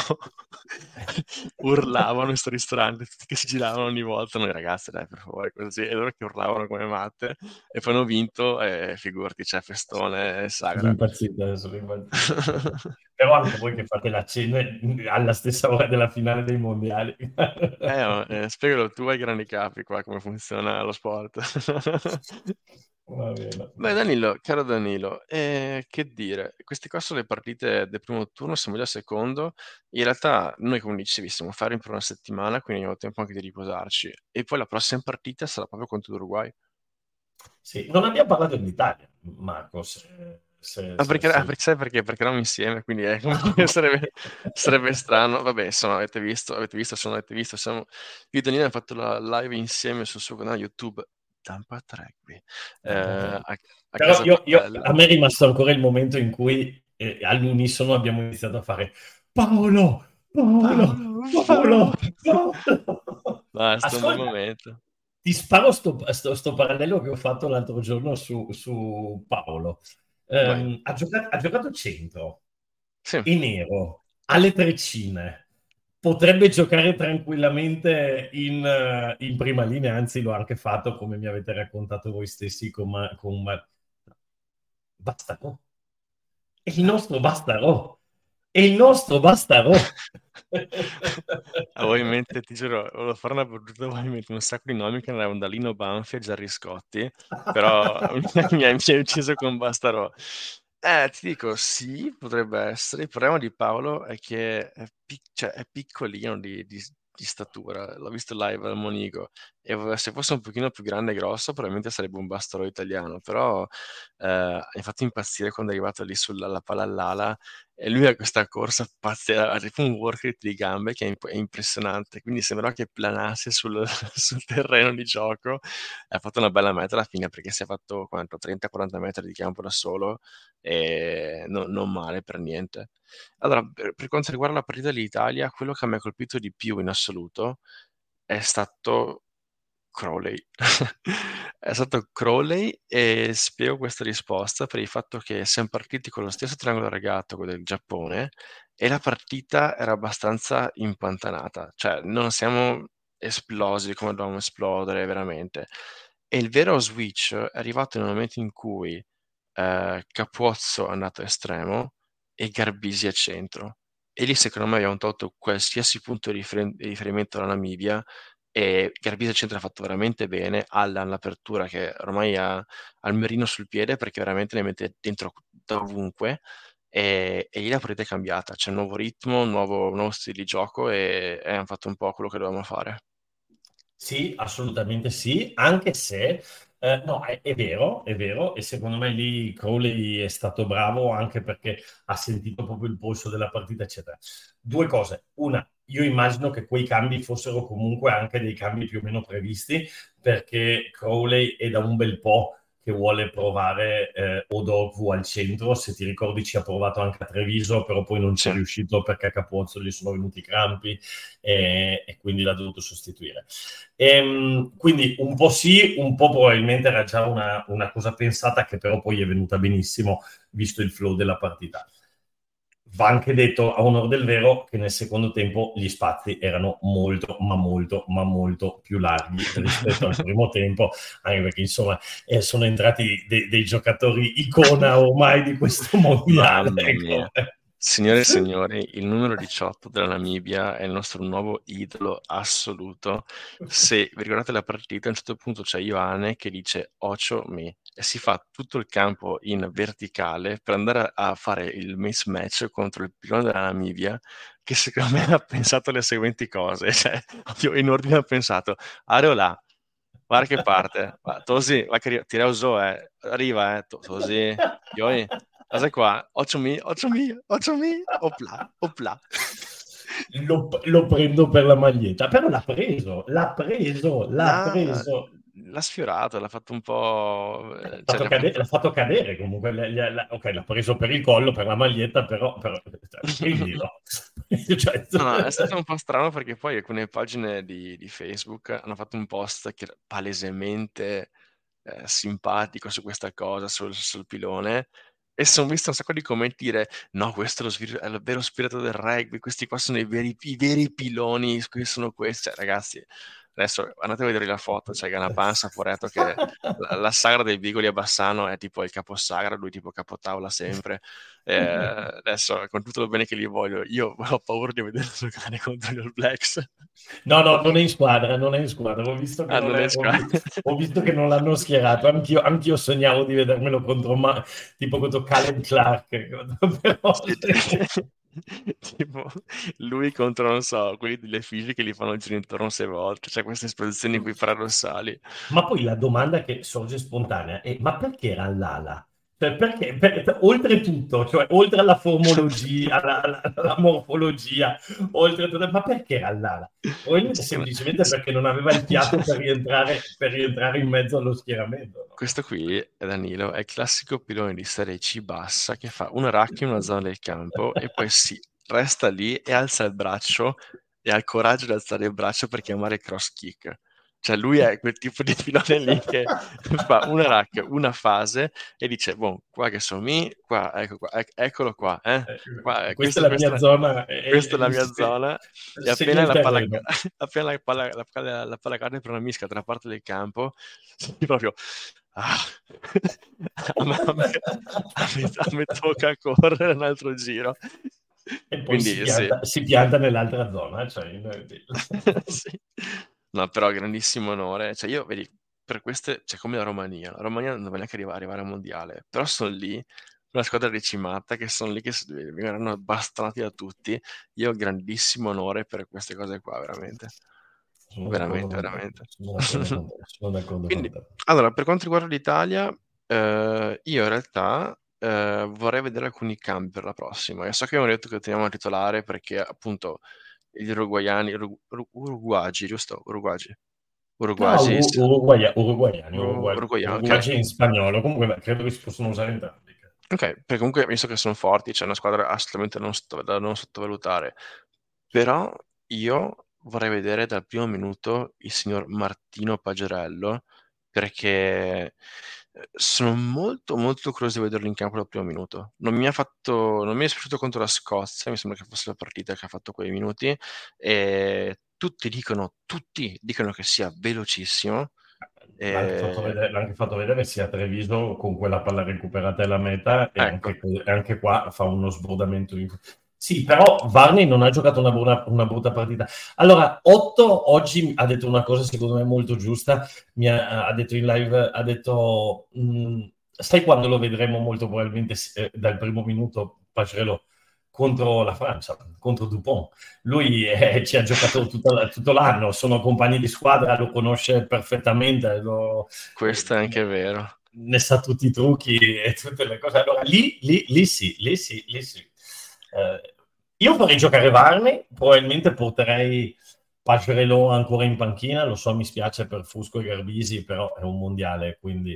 urlavano in questo ristorante, tutti che si giravano ogni volta, noi ragazzi, dai, per favore, così, e loro che urlavano come matte, e poi hanno vinto, e figurati, c'è festone, Sono sagra. impazzite, sono impazzite. Però anche voi che fate la cena alla stessa ora della finale dei mondiali. Eh, oh, eh, spiegalo tu ai grandi capi qua come funziona lo sport. Va bene. Beh, Danilo, caro Danilo, eh, che dire, queste qua sono le partite del primo turno, siamo già al secondo. In realtà noi, come dicevi, stiamo fermi per una settimana, quindi abbiamo tempo anche di riposarci. E poi la prossima partita sarà proprio contro l'Uruguay. Sì, non abbiamo parlato dell'Italia, Marco, se, se, Ah, se, perché, ah, se- perché sai perché? Perché eravamo insieme, quindi eh, come Ah, dire, sarebbe, ok. sarebbe strano. Vabbè, insomma, avete visto, avete visto, se non avete visto, siamo... Io e Danilo abbiamo fatto la live insieme sul suo canale YouTube Tampa Rugby, eh, a, a Però casa io, io- Patello. a me è rimasto ancora il momento in cui eh, all'unisono abbiamo iniziato a fare Paolo, Paolo, Paolo, Paolo! Paolo, Paolo. Basta, un bel Ascolta, momento. ti sparo sto, sto- sto parallelo che ho fatto l'altro giorno su, su Paolo. Vai. Ehm, ha giocato, ha giocato centro, Sì, e nero, alle treccine. Potrebbe giocare tranquillamente in, eh, in prima linea, anzi l'ho anche fatto come mi avete raccontato voi stessi con, Ma- con Ma- Bastarò. È il nostro Bastarò. È il nostro Bastarò. avevo in mente, ti giuro, volevo fare una battuta, avevo in mente un sacco di nomi che andavano da Lino Banfi a Gerry Scotti, però mi hai mi hai ucciso con Bastarò. Eh, ti dico, sì, potrebbe essere. Il problema di Paolo è che è, pic- cioè, è piccolino di, di- di statura. L'ho visto live al Monigo e se fosse un pochino più grande e grosso, probabilmente sarebbe un Bastarò italiano, però eh, mi ha fatto impazzire quando è arrivato lì sulla la palla all'ala e lui ha questa corsa pazzesca, ha tipo un work rate di gambe che è, imp- è impressionante, quindi sembrava che planasse sul, sul terreno di gioco. Ha fatto una bella meta alla fine perché si è fatto quanto, trenta quaranta metri di campo da solo e no- non male per niente. Allora, per, per quanto riguarda la partita dell'Italia, quello che mi ha colpito di più in assoluto è stato Crowley. È stato Crowley e spiego questa risposta per il fatto che siamo partiti con lo stesso triangolo regato, quello del Giappone, e la partita era abbastanza impantanata, cioè non siamo esplosi come dovevamo esplodere veramente. E il vero switch è arrivato nel momento in cui eh, Capuzzo è andato a estremo e Garbisi a centro. E lì secondo me abbiamo tolto qualsiasi punto di rifer- di riferimento alla Namibia e Garbisi al centro ha fatto veramente bene, Allan l'apertura che ormai ha, ha il mirino sul piede perché veramente le mette dentro da ovunque e, e lì la partita è cambiata, c'è un nuovo ritmo, un nuovo, un nuovo stile di gioco e, e hanno fatto un po' quello che dovevamo fare. Sì, assolutamente sì, anche se, eh, no, è, è vero, è vero, e secondo me lì Crowley è stato bravo anche perché ha sentito proprio il polso della partita, eccetera. Due cose. Una, io immagino che quei cambi fossero comunque anche dei cambi più o meno previsti, perché Crowley è da un bel po' che vuole provare eh, Odogwu al centro. Se ti ricordi ci ha provato anche a Treviso, però poi non ci Sì. è riuscito perché a Capozzo gli sono venuti i crampi e, e quindi l'ha dovuto sostituire. Ehm, quindi un po' sì, un po' probabilmente era già una, una cosa pensata che però poi è venuta benissimo visto il flow della partita. Va anche detto, a onor del vero, che nel secondo tempo gli spazi erano molto, ma molto, ma molto più larghi rispetto al primo tempo, anche perché insomma eh, sono entrati de- dei giocatori icona ormai di questo mondiale. Mamma mia. Ecco. Signore e signori, il numero diciotto della Namibia è il nostro nuovo idolo assoluto. Se vi ricordate la partita, a un certo punto c'è Ioane che dice Ocho me e si fa tutto il campo in verticale per andare a fare il mismatch contro il pilone della Namibia, che secondo me ha pensato le seguenti cose. Cioè, io in ordine ho pensato, Areola, guarda che parte, va, Tosi, va che arri- tira uso, eh. Arriva, eh, To- Tosi, Yoi. Cosa qua? otto mi, otto mi, otto mi, opla, opla. Lo, lo prendo per la maglietta, però l'ha preso, l'ha preso, l'ha L'ha, preso. l'ha sfiorato, l'ha fatto un po'... L'ha eh, Cioè, fatto, l'ha cade- fatto... l'ha fatto cadere comunque, le- le- la- ok, l'ha preso per il collo, per la maglietta, però, però cioè, prendilo. Cioè, No, no, è stato un po' strano perché poi alcune pagine di, di Facebook hanno fatto un post che era palesemente eh, simpatico su questa cosa, sul, sul pilone, e sono visto un sacco di commenti dire no, questo è lo, spirito- è il vero spirito del rugby, questi qua sono i veri, i veri piloni, qui sono questi. Cioè, ragazzi, adesso andate a vedere la foto, c'è Ganapan Saporeto che la, la sagra dei Bigoli a Bassano è tipo il caposagra, lui tipo capotavola sempre. Eh, adesso, con tutto il bene che gli voglio, io ho paura di vederlo giocare contro gli All Blacks. No, no, non è in squadra, non è in squadra. Ho visto che Ah, non, non è è, ho, squadra. vi- ho visto che non l'hanno schierato. Anch'io, anch'io sognavo di vedermelo contro, ma, tipo contro Caleb Clark. Però, Sì, tipo, lui contro, non so, quelli delle figlie che gli fanno il giro intorno sei volte, c'è queste espressioni qui paradossali. ma poi la domanda che sorge spontanea è: ma perché era all'ala? Cioè, perché, per- oltretutto, cioè, oltre alla formologia, alla, alla- alla morfologia, oltre tutto, ma perché era all'ala? Probabilmente Secondo- semplicemente perché non aveva il fiato per rientrare, per rientrare in mezzo allo schieramento. No? Questo qui, è Danilo, è il classico pilone di serie C bassa che fa una racchia in una zona del campo e poi si resta lì e alza il braccio e ha il coraggio di alzare il braccio per chiamare cross kick. Cioè lui è quel tipo di pilone lì che fa una racchia, una fase e dice, boh, qua che sono mi, qua, ecco qua, ec- eccolo qua, eh. Qua, Eh, eh, questa è questo, la questa, è mia la, zona, e, questa è la e- mia e- zona e segna appena il la palla, terreno. appena la palla, la palla, la palla cade per una mischia tra parte del campo, sì, proprio... Ah, a me, a me- a me- a me tocca correre un altro giro. E poi si Quindi sì. pianta, si pianta nell'altra zona. Cioè, in- Sì. No, però grandissimo onore. Cioè, io, vedi, per queste, cioè, come la Romania. La Romania non deve neanche arrivare, arrivare al mondiale, però sono lì, una squadra decimata, che sono lì che s- vengono bastonati da tutti. Io ho grandissimo onore per queste cose qua, veramente. Sono d'accordo Veramente, con te. veramente. Sono d'accordo con te. Sono d'accordo con Quindi, te. allora, per quanto riguarda l'Italia, eh, io in realtà eh, vorrei vedere alcuni cambi per la prossima. Io so che abbiamo detto che teniamo a titolare perché appunto gli uruguayani, uru- uru- uruguagi, giusto? Uruguagi. No, Uruguagi, uru- sì. uruguaya- uruguayani, Uru- uruguay- uruguayani, ok. uruguagi in spagnolo. Comunque, beh, credo che si possono usare entrambi. Ok, perché comunque visto che sono forti, c'è una squadra assolutamente non sotto- da non sottovalutare. Però io vorrei vedere dal primo minuto il signor Martino Pagerello, perché eh, sono molto molto curioso di vederlo in campo dal primo minuto. Non mi ha fatto, non mi è dispiaciuto contro la Scozia, mi sembra che fosse la partita che ha fatto quei minuti, e tutti dicono, tutti dicono che sia velocissimo. L'ha anche fatto E... vedere, l'ha anche fatto vedere sia a Treviso con quella palla recuperata alla meta e Ecco, anche, e anche qua fa uno sbordamento. In... Sì, però Varney non ha giocato una, buona, una brutta partita. Allora, Otto oggi ha detto una cosa secondo me molto giusta, mi ha, ha detto in live, ha detto, mh, sai quando lo vedremo molto probabilmente eh, dal primo minuto, Pacerello, contro la Francia, contro Dupont. Lui eh, ci ha giocato tutto, tutto l'anno, sono compagni di squadra, lo conosce perfettamente, lo, questo è anche vero. ne sa tutti i trucchi e tutte le cose. Allora lì, lì, lì sì, lì sì, lì sì. Eh, io farei giocare Varney, probabilmente porterei Pagerello ancora in panchina, lo so, mi spiace per Fusco e Garbisi, però è un mondiale, quindi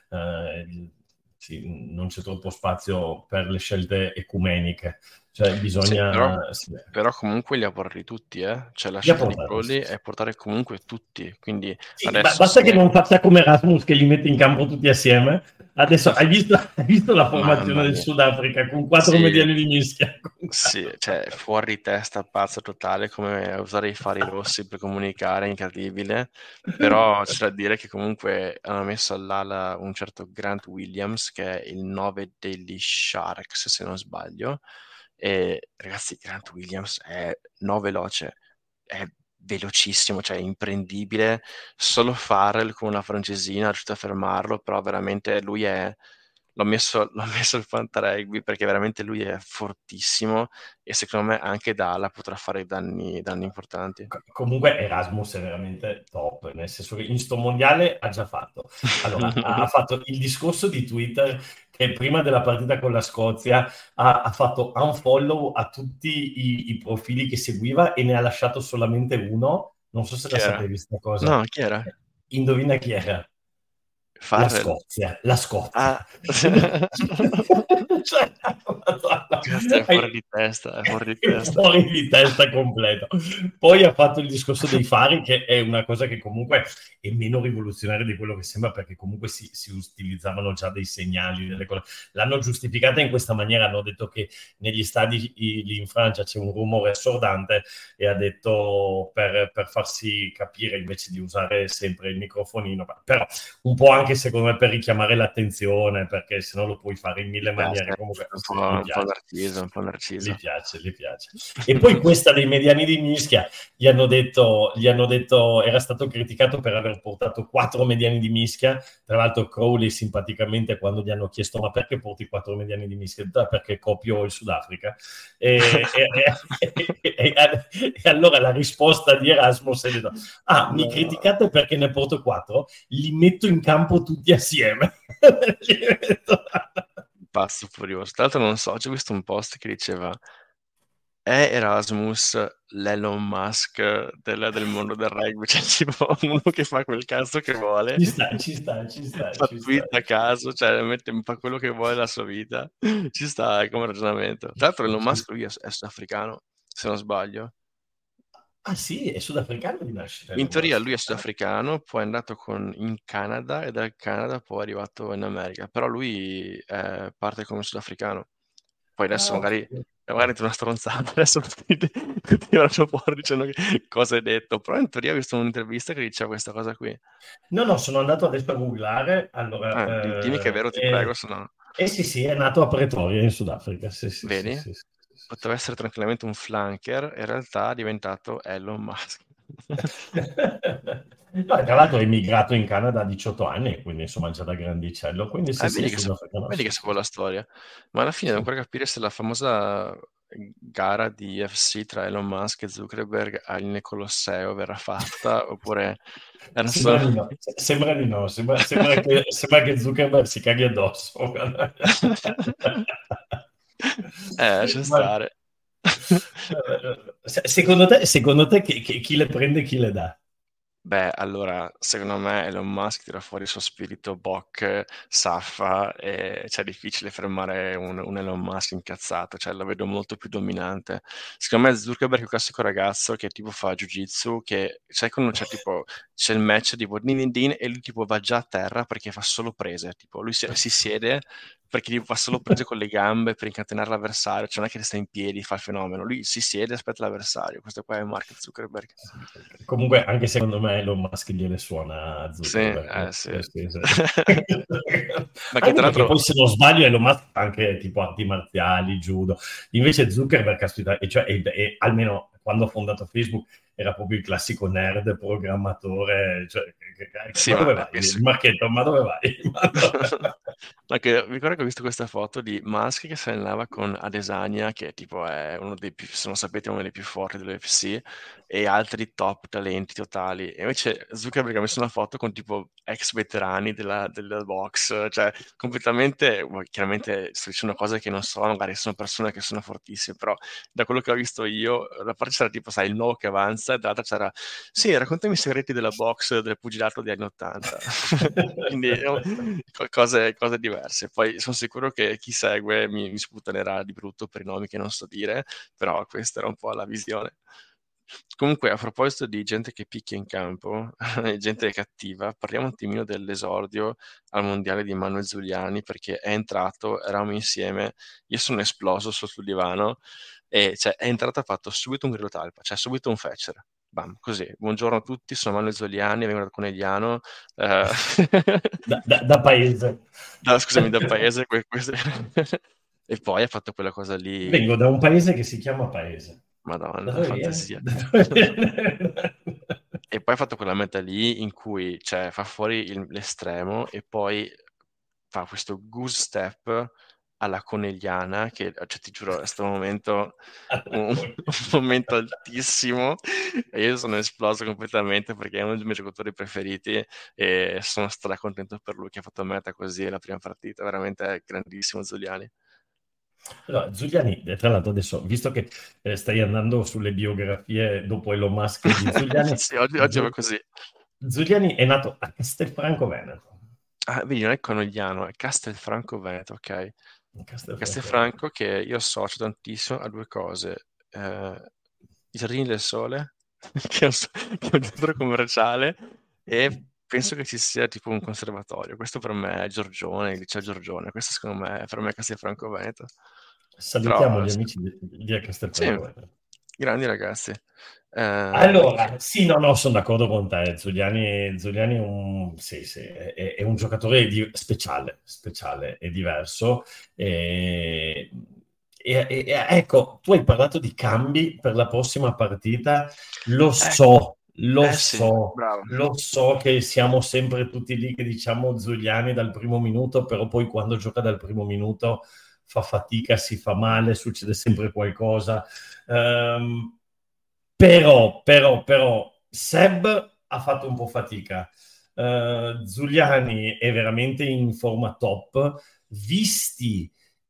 eh, sì, non c'è troppo spazio per le scelte ecumeniche. Cioè, Sì, però, bisogna... Sì, però comunque li ha portati tutti, eh? Cioè la li ha scelta di portati, sì, Proli sì. è portare comunque tutti, quindi Sì, ba- adesso basta che se... non faccia come Erasmus che li mette in campo tutti assieme, Adesso hai visto, hai visto la formazione Mamma del mia. Sudafrica con quattro Sì. mediani di mischia? Sì, cioè fuori testa, pazzo totale, come usare i fari rossi per comunicare, incredibile. Però c'è da dire che comunque hanno messo all'ala un certo Grant Williams, che è il nove degli Sharks, se non sbaglio. E ragazzi, Grant Williams è no veloce, è velocissimo, cioè imprendibile. Solo Farrell con una francesina è riuscito a fermarlo, però veramente lui è... L'ho messo, l'ho messo il Fantarugby perché veramente lui è fortissimo e secondo me anche da ala potrà fare danni, danni importanti. Comunque Erasmus è veramente top, nel senso che in sto mondiale ha già fatto. Allora, ha, ha fatto il discorso di Twitter che prima della partita con la Scozia ha, ha fatto unfollow a tutti i, i profili che seguiva e ne ha lasciato solamente uno. Non so se Chi la era? sapevi sta cosa. No, chi era? Indovina chi era? La Farrell? Scozia, la Scozia. Ah, Cioè, Madonna, questo è fuori hai- di testa, è fuori di è testa. fuori di testa completo. Poi ha fatto il discorso dei fari, che è una cosa che comunque è meno rivoluzionaria di quello che sembra, perché comunque si, si utilizzavano già dei segnali, delle cose. L'hanno giustificata in questa maniera, hanno detto che negli stadi i- lì in Francia c'è un rumore assordante e ha detto per, per farsi capire invece di usare sempre il microfonino, però un po' anche secondo me per richiamare l'attenzione, perché se no lo puoi fare in mille Beh, maniere. sì, Comunque un sì, po', gli un po' piace, narciso, un po' gli narciso. piace, gli piace. E poi questa dei mediani di mischia, gli hanno detto, gli hanno detto era stato criticato per aver portato quattro mediani di mischia. Tra l'altro Crowley simpaticamente, quando gli hanno chiesto ma perché porti quattro mediani di mischia, "Ah, perché copio il Sudafrica". E, e, e, e, e allora la risposta di Erasmus è detto, ah, mi No. criticate perché ne porto quattro, li metto in campo tutti assieme. Pazzo furioso. Tra l'altro non so, c'è visto un post che diceva è Erasmus l'Elon Musk del, del mondo del rugby? Cioè tipo uno che fa quel cazzo che vuole, Ci sta, ci sta, ci sta, fa ci sta. tweet a caso, cioè mette, fa quello che vuole la sua vita. Ci sta come ragionamento. Tra l'altro Elon Ci Musk sta. lui è, è sudafricano, se non sbaglio. Ah sì, è sudafricano di nascita In Elon teoria Musk. lui è sudafricano, poi è andato con- in Canada e dal Canada poi è arrivato in America, però lui è parte come sudafricano. Poi adesso Ah, ok. magari, magari è una stronzata, adesso tutti, tutti vanno fuori dicendo che cosa hai detto, però in teoria ho visto un'intervista che diceva questa cosa qui. No, no, sono andato adesso a googlare. Allora, Ah, di- dimmi che è eh, vero, ti eh, prego, se no, eh sì, sì, è nato a Pretoria in Sudafrica. Sì, sì, sì, vedi? sì, sì, sì, Poteva sì. essere tranquillamente un flanker, in realtà è diventato Elon Musk. No, tra l'altro è emigrato in Canada a diciotto anni, quindi insomma già da grandicello. Quindi sì, Eh, sì, è vedi che, sa- sudafricano. vedi Sì, che sì, sapevo la storia, ma alla fine devo sì. ancora capire se la famosa gara di U F C tra Elon Musk e Zuckerberg al Colosseo verrà fatta oppure era solo... Sembra di no, sembra di no, sembra, sembra che, sembra che Zuckerberg si caghi addosso. Eh, lascia Ma, stare. se- secondo te, secondo te chi, chi- chi le prende e chi le dà? Beh, allora, secondo me Elon Musk tira fuori il suo spirito Bok, Saffa, e cioè, è difficile fermare un, un Elon Musk incazzato, cioè lo vedo molto più dominante. Secondo me Zuckerberg è il classico ragazzo che tipo fa Jiu-Jitsu, che sai quando c'è tipo, c'è il match tipo din din din e lui tipo va già a terra perché fa solo prese, tipo lui si, si siede perché tipo, fa solo prese con le gambe per incatenare l'avversario, cioè non è che sta in piedi, fa il fenomeno, lui si siede e aspetta l'avversario, questo qua è Mark Zuckerberg. Comunque, anche secondo me Elon Musk gliele suona a Sì, Zuckerberg. eh sì. Sì, sì, sì. Ma che Anche tra perché l'altro, poi, se non sbaglio, Elon Musk fa anche tipo arti marziali, judo. Invece Zuckerberg, caspita, e cioè, e- e almeno quando ha fondato Facebook, era proprio il classico nerd programmatore. Cioè, che- che- sì, ma ma dove eh, vai? penso... Marchetto, ma dove vai? Ma dove- Ma che, mi ricordo che ho visto questa foto di Musk che si allenava con Adesanya, che tipo è uno dei più, se non sapete, uno dei più forti dell'U F C, e altri top talenti totali. E invece Zuckerberg ha messo una foto con tipo ex veterani della, della box, cioè completamente, boh, chiaramente sto dicendo cose che non so, magari sono persone che sono fortissime, però da quello che ho visto io, da parte c'era tipo, sai, il nuovo che avanza, e dall'altra c'era, sì, raccontami i segreti della box, del pugilato degli anni Ottanta. Quindi no, co- cose, cose diverse. Poi sono sicuro che chi segue mi, mi sputanerà di brutto per i nomi che non so dire, però questa era un po' la visione. Comunque, a proposito di gente che picchia in campo, e gente cattiva, parliamo un attimino dell'esordio al mondiale di Manuel Zuliani, perché è entrato, eravamo insieme, io sono esploso sotto il divano, e cioè, è entrato, ha fatto subito un grillo talpa, cioè subito un fetcher. Bam, così. Buongiorno a tutti, sono Manuel Zuliani, vengo dal Conegliano. eh, Da, da- da paese. no, scusami, da paese. que- questo- E poi ha fatto quella cosa Vengo lì, da un paese che si chiama Paese. Da Madonna, dove viene? fantasia. Da dove viene? E poi ha fatto quella meta lì in cui, cioè, fa fuori il- l'estremo e poi fa questo goose step alla Conegliana, che, cioè, ti giuro, è stato un momento, un, un momento altissimo, e io sono esploso completamente perché è uno dei miei giocatori preferiti e sono stracontento per lui che ha fatto meta così la prima partita, veramente grandissimo Zuliani. Allora, Zuliani, eh, tra l'altro adesso, visto che eh, stai andando sulle biografie dopo Elon Musk di Zuliani, Sì, oggi, oggi va Zu- così. Zuliani è nato a Castelfranco Veneto. Ah, vedi, non è Conegliano, è Castelfranco Veneto, ok. Castelfranco Veneto. Castelfranco che io associo tantissimo a due cose. Eh, i Giardini del Sole, che è un, s- che è un centro commerciale, e penso che ci sia tipo un conservatorio. Questo per me è Giorgione, il liceo Giorgione. Questo secondo me per me è Castelfranco Veneto. Salutiamo Però gli sì, amici di, di sì, Castelfranco Veneto. grandi ragazzi. Eh, Allora, sì, no, no, sono d'accordo con te. Zuliani, Zuliani è un, sì, sì, è, è un giocatore di- speciale, speciale e diverso. E, e- e- e- ecco, tu hai parlato di cambi per la prossima partita. Lo eh, so, lo eh sì, so, bravo. lo so che siamo sempre tutti lì che diciamo Zuliani dal primo minuto, però poi quando gioca dal primo minuto fa fatica, si fa male, succede sempre qualcosa. Ehm, però, però, però, Seb ha fatto un po' fatica. Eh, Zuliani è veramente in forma top. Visti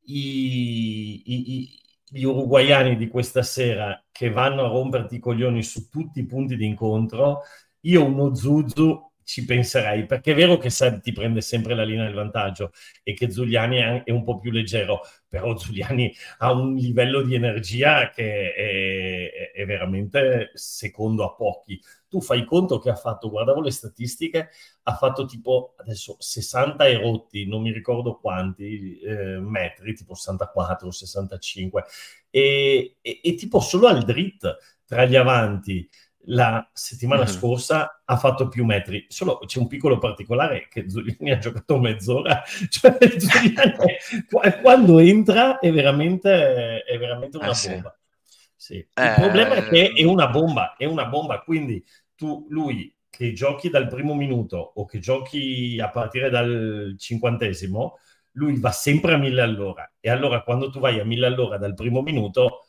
i- i- i- gli uruguaiani di questa sera che vanno a romperti i coglioni su tutti i punti di incontro, io uno Zuzu ci penserei, perché è vero che Seb ti prende sempre la linea del vantaggio e che Zuliani è, è un po' più leggero, però Zuliani ha un livello di energia che è, è veramente secondo a pochi. Tu fai conto che ha fatto, guardavo le statistiche, ha fatto tipo adesso sessanta e rotti, non mi ricordo quanti eh, metri, tipo sessantaquattro, sessantacinque, e, e, e tipo solo al drit tra gli avanti la settimana Mhm. scorsa ha fatto più metri. Solo c'è un piccolo particolare che Zuliani ha giocato mezz'ora, cioè Zuliani quando entra è veramente, è veramente Eh una sì. bomba. Sì. Il problema è Eh, che è una bomba, è una bomba, quindi tu, lui che giochi dal primo minuto o che giochi a partire dal cinquantesimo, lui va sempre a mille all'ora. E allora quando tu vai a mille all'ora dal primo minuto,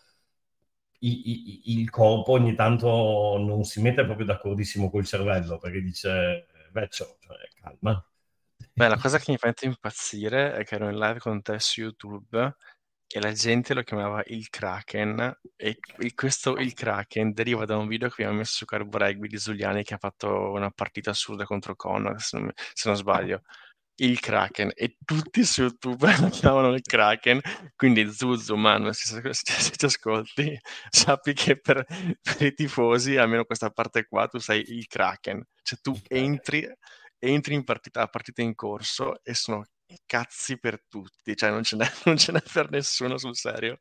i- i- il corpo ogni tanto non si mette proprio d'accordissimo col cervello perché dice, vecchio, cioè, calma. Beh, la cosa che mi fa impazzire è che ero in live con te su YouTube e la gente lo chiamava il Kraken e il- questo il Kraken deriva da un video che abbiamo messo su Carbo Rugby di Zuliani che ha fatto una partita assurda contro Conor, se non, se non sbaglio. Il Kraken e tutti su YouTube lo chiamano il Kraken, quindi Zuzu, Manu, se, se- se ti ascolti, sappi che per, per i tifosi, almeno questa parte qua, tu sei il Kraken, cioè tu entri entri in partita, a partita in corso e sono cazzi per tutti, cioè non ce n'è, non ce n'è per nessuno sul serio.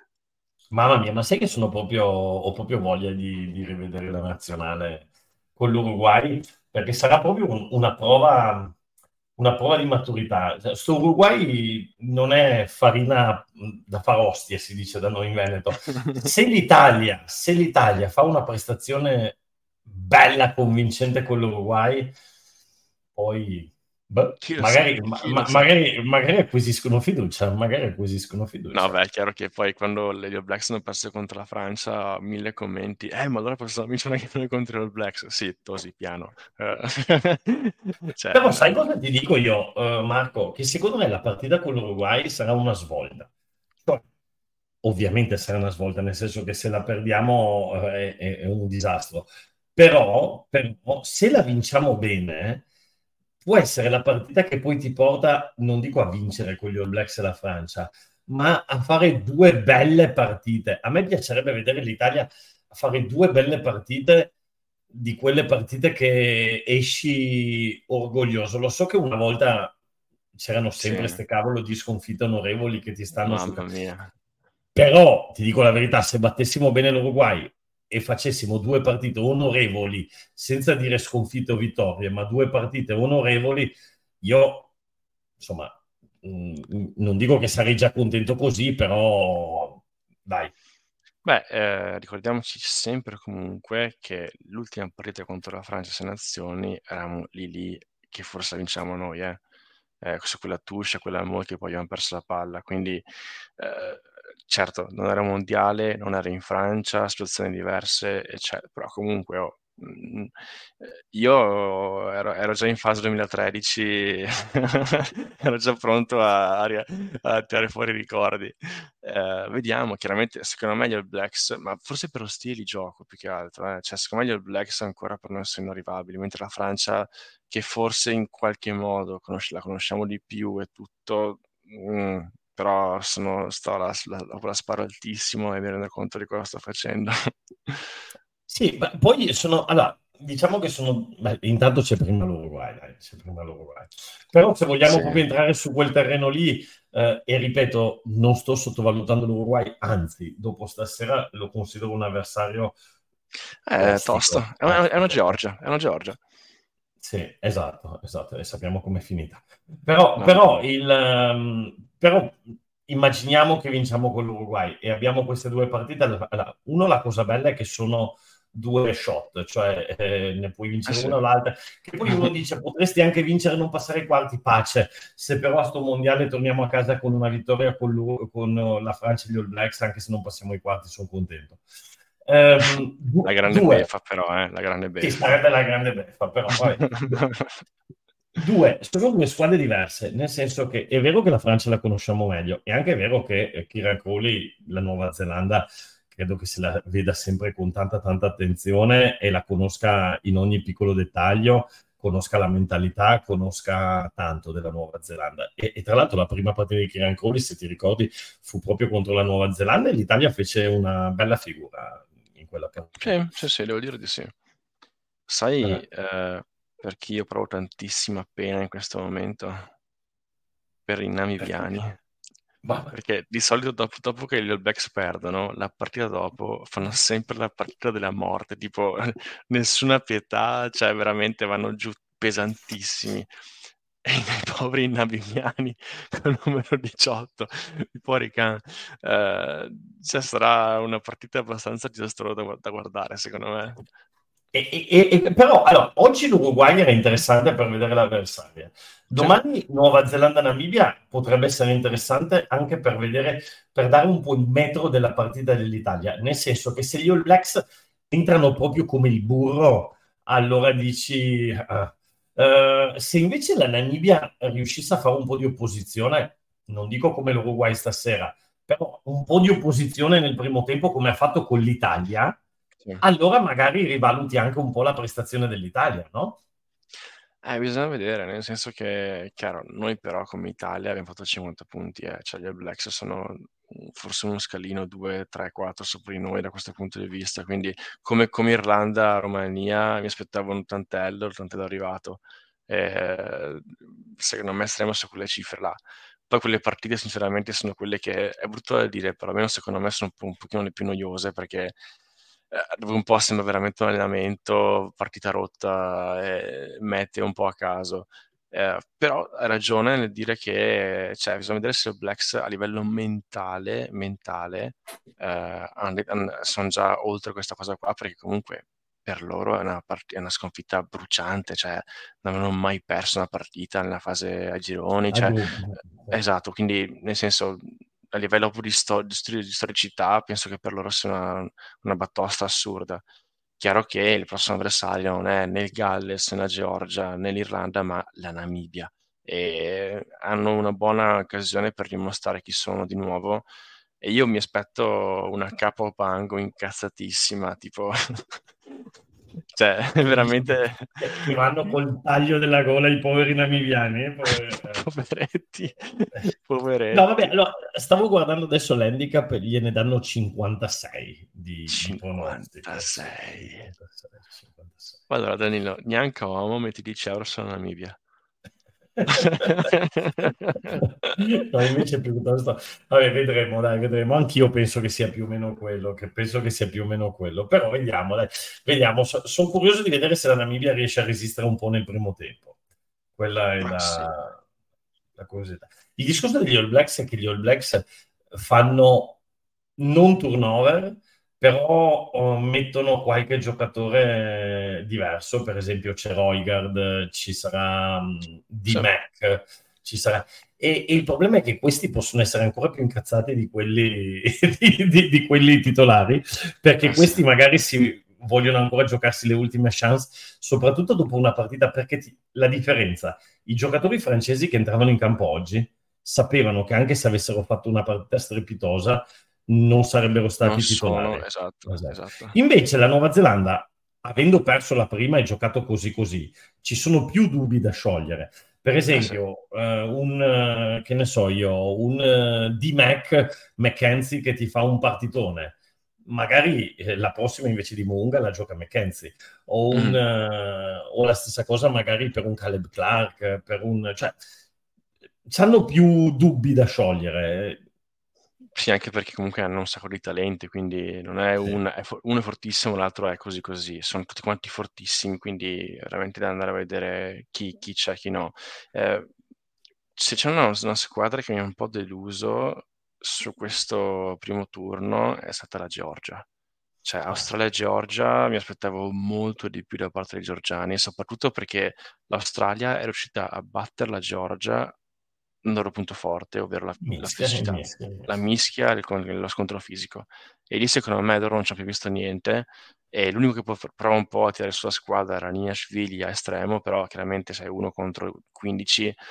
Mamma mia, ma sai che sono proprio, ho proprio voglia di, di rivedere la nazionale con l'Uruguay, perché sarà proprio un- una prova, una prova di maturità. Cioè, sto Uruguay non è farina mh, da far ostie, si dice da noi in Veneto. Se l'Italia, se l'Italia fa una prestazione bella, convincente con l'Uruguay, poi boh, Chi lo sa, magari, ma- chi lo ma- sa. magari, magari acquisiscono fiducia, magari acquisiscono No, fiducia. beh, è chiaro che poi quando le All Blacks hanno perso contro la Francia, mille commenti. Eh, ma allora possiamo vincere anche noi contro le All Blacks? Sì, tosi, piano. Eh, cioè, Però no, sai no. cosa ti dico io, eh, Marco? Che secondo me la partita con l'Uruguay sarà una svolta. Cioè, ovviamente sarà una svolta, nel senso che se la perdiamo eh, è, è un disastro. Però, però, se la vinciamo bene, può essere la partita che poi ti porta, non dico a vincere con gli All Blacks e la Francia, ma a fare due belle partite. A me piacerebbe vedere l'Italia a fare due belle partite, di quelle partite che esci orgoglioso. Lo so che una volta c'erano Sì, sempre ste cavolo di sconfitte onorevoli che ti stanno su... mamma mia. Però, ti dico la verità, se battessimo bene l'Uruguay e facessimo due partite onorevoli, senza dire sconfitte o vittorie, ma due partite onorevoli, io, insomma, mh, non dico che sarei già contento così, però dai. Beh, eh, ricordiamoci sempre comunque che l'ultima partita contro la Francia sei Nazioni eravamo lì lì che forse la vinciamo noi, eh. Eh, su quella touche, quella mo che poi abbiamo perso la palla, quindi eh, certo non era un mondiale, non era in Francia, situazioni diverse, eccetera, però comunque oh, mh, eh, io ero, ero già in fase duemilatredici, ero già pronto a, a, ri- a tirare fuori i ricordi. Eh, vediamo, chiaramente secondo me gli All Blacks, ma forse per lo stile di gioco più che altro, eh, cioè secondo me gli All Blacks ancora per noi sono inarrivabili, mentre la Francia che forse in qualche modo conosci- la conosciamo di più e tutto, mm, però sono, sto la, la, la sparo altissimo e mi rendo conto di cosa sto facendo. Sì, ma poi sono... Allora, diciamo che sono... beh, intanto c'è prima l'Uruguay, dai, c'è prima l'Uruguay. Però se vogliamo Sì. proprio entrare su quel terreno lì, eh, e ripeto, non sto sottovalutando l'Uruguay, anzi, dopo stasera lo considero un avversario È tosto, ostico. è una, è una ostico. Georgia, è una Georgia. Sì, esatto, esatto, e sappiamo com'è finita. Però, Mamma però, mia. il, ehm, però immaginiamo che vinciamo con l'Uruguay e abbiamo queste due partite. Allora, uno, la cosa bella è che sono due shot, cioè eh, ne puoi Eh vincere sì. una o l'altra. Che poi uno dice potresti anche vincere e non passare ai quarti, pace. Se però a sto mondiale torniamo a casa con una vittoria con, l'U- con la Francia e gli All Blacks, anche se non passiamo ai quarti, sono contento. Ehm, La du- grande due, beffa però, eh, la grande sì, beffa. sarebbe la grande beffa, però vabbè. Due, sono due squadre diverse, nel senso che è vero che la Francia la conosciamo meglio, è anche vero che eh, Kieran Crowley, la Nuova Zelanda, credo che se la veda sempre con tanta tanta attenzione e la conosca in ogni piccolo dettaglio, conosca la mentalità, conosca tanto della Nuova Zelanda. E, e tra l'altro la prima partita di Kieran Crowley, se ti ricordi, fu proprio contro la Nuova Zelanda e l'Italia fece una bella figura in quella partita. Sì, sì, sì, devo dire di sì. Sai, Eh, eh, per chi io provo tantissima pena in questo momento? Per i perché? namibiani. Ma, Perché di solito dopo, dopo che gli All Blacks perdono, la partita dopo fanno sempre la partita della morte, tipo nessuna pietà, cioè veramente vanno giù pesantissimi. E i poveri namibiani con il numero diciotto, i poveri can. Eh, cioè sarà una partita abbastanza disastrosa da, da guardare, secondo me. E, e- e- però allora, oggi l'Uruguay era interessante per vedere l'avversaria. Sì, Domani Nuova Zelanda-Namibia potrebbe essere interessante anche per vedere, per dare un po' il metro della partita dell'Italia. Nel senso che se gli All Blacks entrano proprio come il burro, allora dici... ah. Eh, se invece la Namibia riuscisse a fare un po' di opposizione, non dico come l'Uruguay stasera, però un po' di opposizione nel primo tempo come ha fatto con l'Italia, sì. allora magari rivaluti anche un po' la prestazione dell'Italia, no? Eh, bisogna vedere, nel senso che, chiaro, noi però come Italia abbiamo fatto cinquanta punti, eh, cioè gli All Blacks sono mm, forse uno scalino due, tre, quattro sopra di noi da questo punto di vista, quindi come, come Irlanda, Romania mi aspettavo un tantello, il tantello è arrivato. Eh, secondo me saremo su quelle cifre là. Poi quelle partite sinceramente sono quelle che, è brutto da dire, però almeno secondo me sono un, po', un pochino le più noiose perché eh, dove un po' sembra veramente un allenamento, partita rotta, e mette un po' a caso. Eh, però hai ragione nel dire che cioè, bisogna vedere se i Blacks a livello mentale, mentale eh, han- han- sono già oltre questa cosa qua, perché comunque per loro è una, part- è una sconfitta bruciante, cioè non avevano mai perso una partita nella fase a gironi, A cioè, dubbio. eh, esatto, quindi nel senso a livello proprio di, sto- di stor- di storicità penso che per loro sia una, una batosta assurda. Chiaro che il prossimo avversario non è né il Galles, né la Georgia, né l'Irlanda, ma la Namibia. E hanno una buona occasione per dimostrare chi sono di nuovo. E io mi aspetto una capo Pango incazzatissima, tipo, cioè, veramente Che vanno col taglio della gola i poveri namibiani. eh, poveri- eh. poveretti, No, vabbè, poveretti. allora, stavo guardando adesso l'handicap e gliene danno cinquantasei di, di pronostico. Sì, cinquantasei. cinquantasei, cinquantasei. Allora Danilo, neanche uomo, metti dieci euro sulla Namibia. No, invece piuttosto, vabbè, vedremo, dai, vedremo. Anch'io penso che sia più o meno quello, che penso che sia più o meno quello, però vediamo, dai, vediamo. So- sono curioso di vedere se la Namibia riesce a resistere un po' nel primo tempo. Quella è Ma sì. la, la curiosità. Il discorso degli All Blacks è che gli All Blacks fanno non turnover, però oh, mettono qualche giocatore diverso, per esempio c'è Roigard, ci sarà mh, Sì. D-Mac, ci sarà... E, e il problema è che questi possono essere ancora più incazzati di quelli, di, di- di quelli titolari, perché Eh sì. questi magari si vogliono ancora giocarsi le ultime chance, soprattutto dopo una partita, perché ti- la differenza, i giocatori francesi che entravano in campo oggi sapevano che anche se avessero fatto una partita strepitosa, non sarebbero stati Non sono, titolari. esatto, Esatto. esatto. Invece la Nuova Zelanda, avendo perso la prima e giocato così così, ci sono più dubbi da sciogliere. Per Eh sì. esempio, eh, un, eh, che ne so io, un eh, D-Mac McKenzie che ti fa un partitone. Magari eh, la prossima invece di Moonga la gioca McKenzie. O, un, Mhm. eh, o la stessa cosa magari per un Caleb Clark, per un... Cioè, hanno più dubbi da sciogliere. Sì, anche perché comunque hanno un sacco di talenti, quindi non è Sì. un, è fo- uno è fortissimo, l'altro è così così. Sono tutti quanti fortissimi, quindi veramente da andare a vedere chi, chi c'è, chi no. Eh, se c'è una, una squadra che mi ha un po' deluso su questo primo turno è stata la Georgia. Cioè, Ah, Australia e Georgia mi aspettavo molto di più da parte dei georgiani, soprattutto perché l'Australia è riuscita a battere la Georgia un loro punto forte, ovvero la, la mischia, fisicità, mischia, la mischia. mischia e il- lo scontro fisico. E lì secondo me loro non ci hanno più visto niente e l'unico che può prova un po' a tirare sulla squadra era Niniashvili a estremo, però chiaramente sei uno contro quindici. Eh,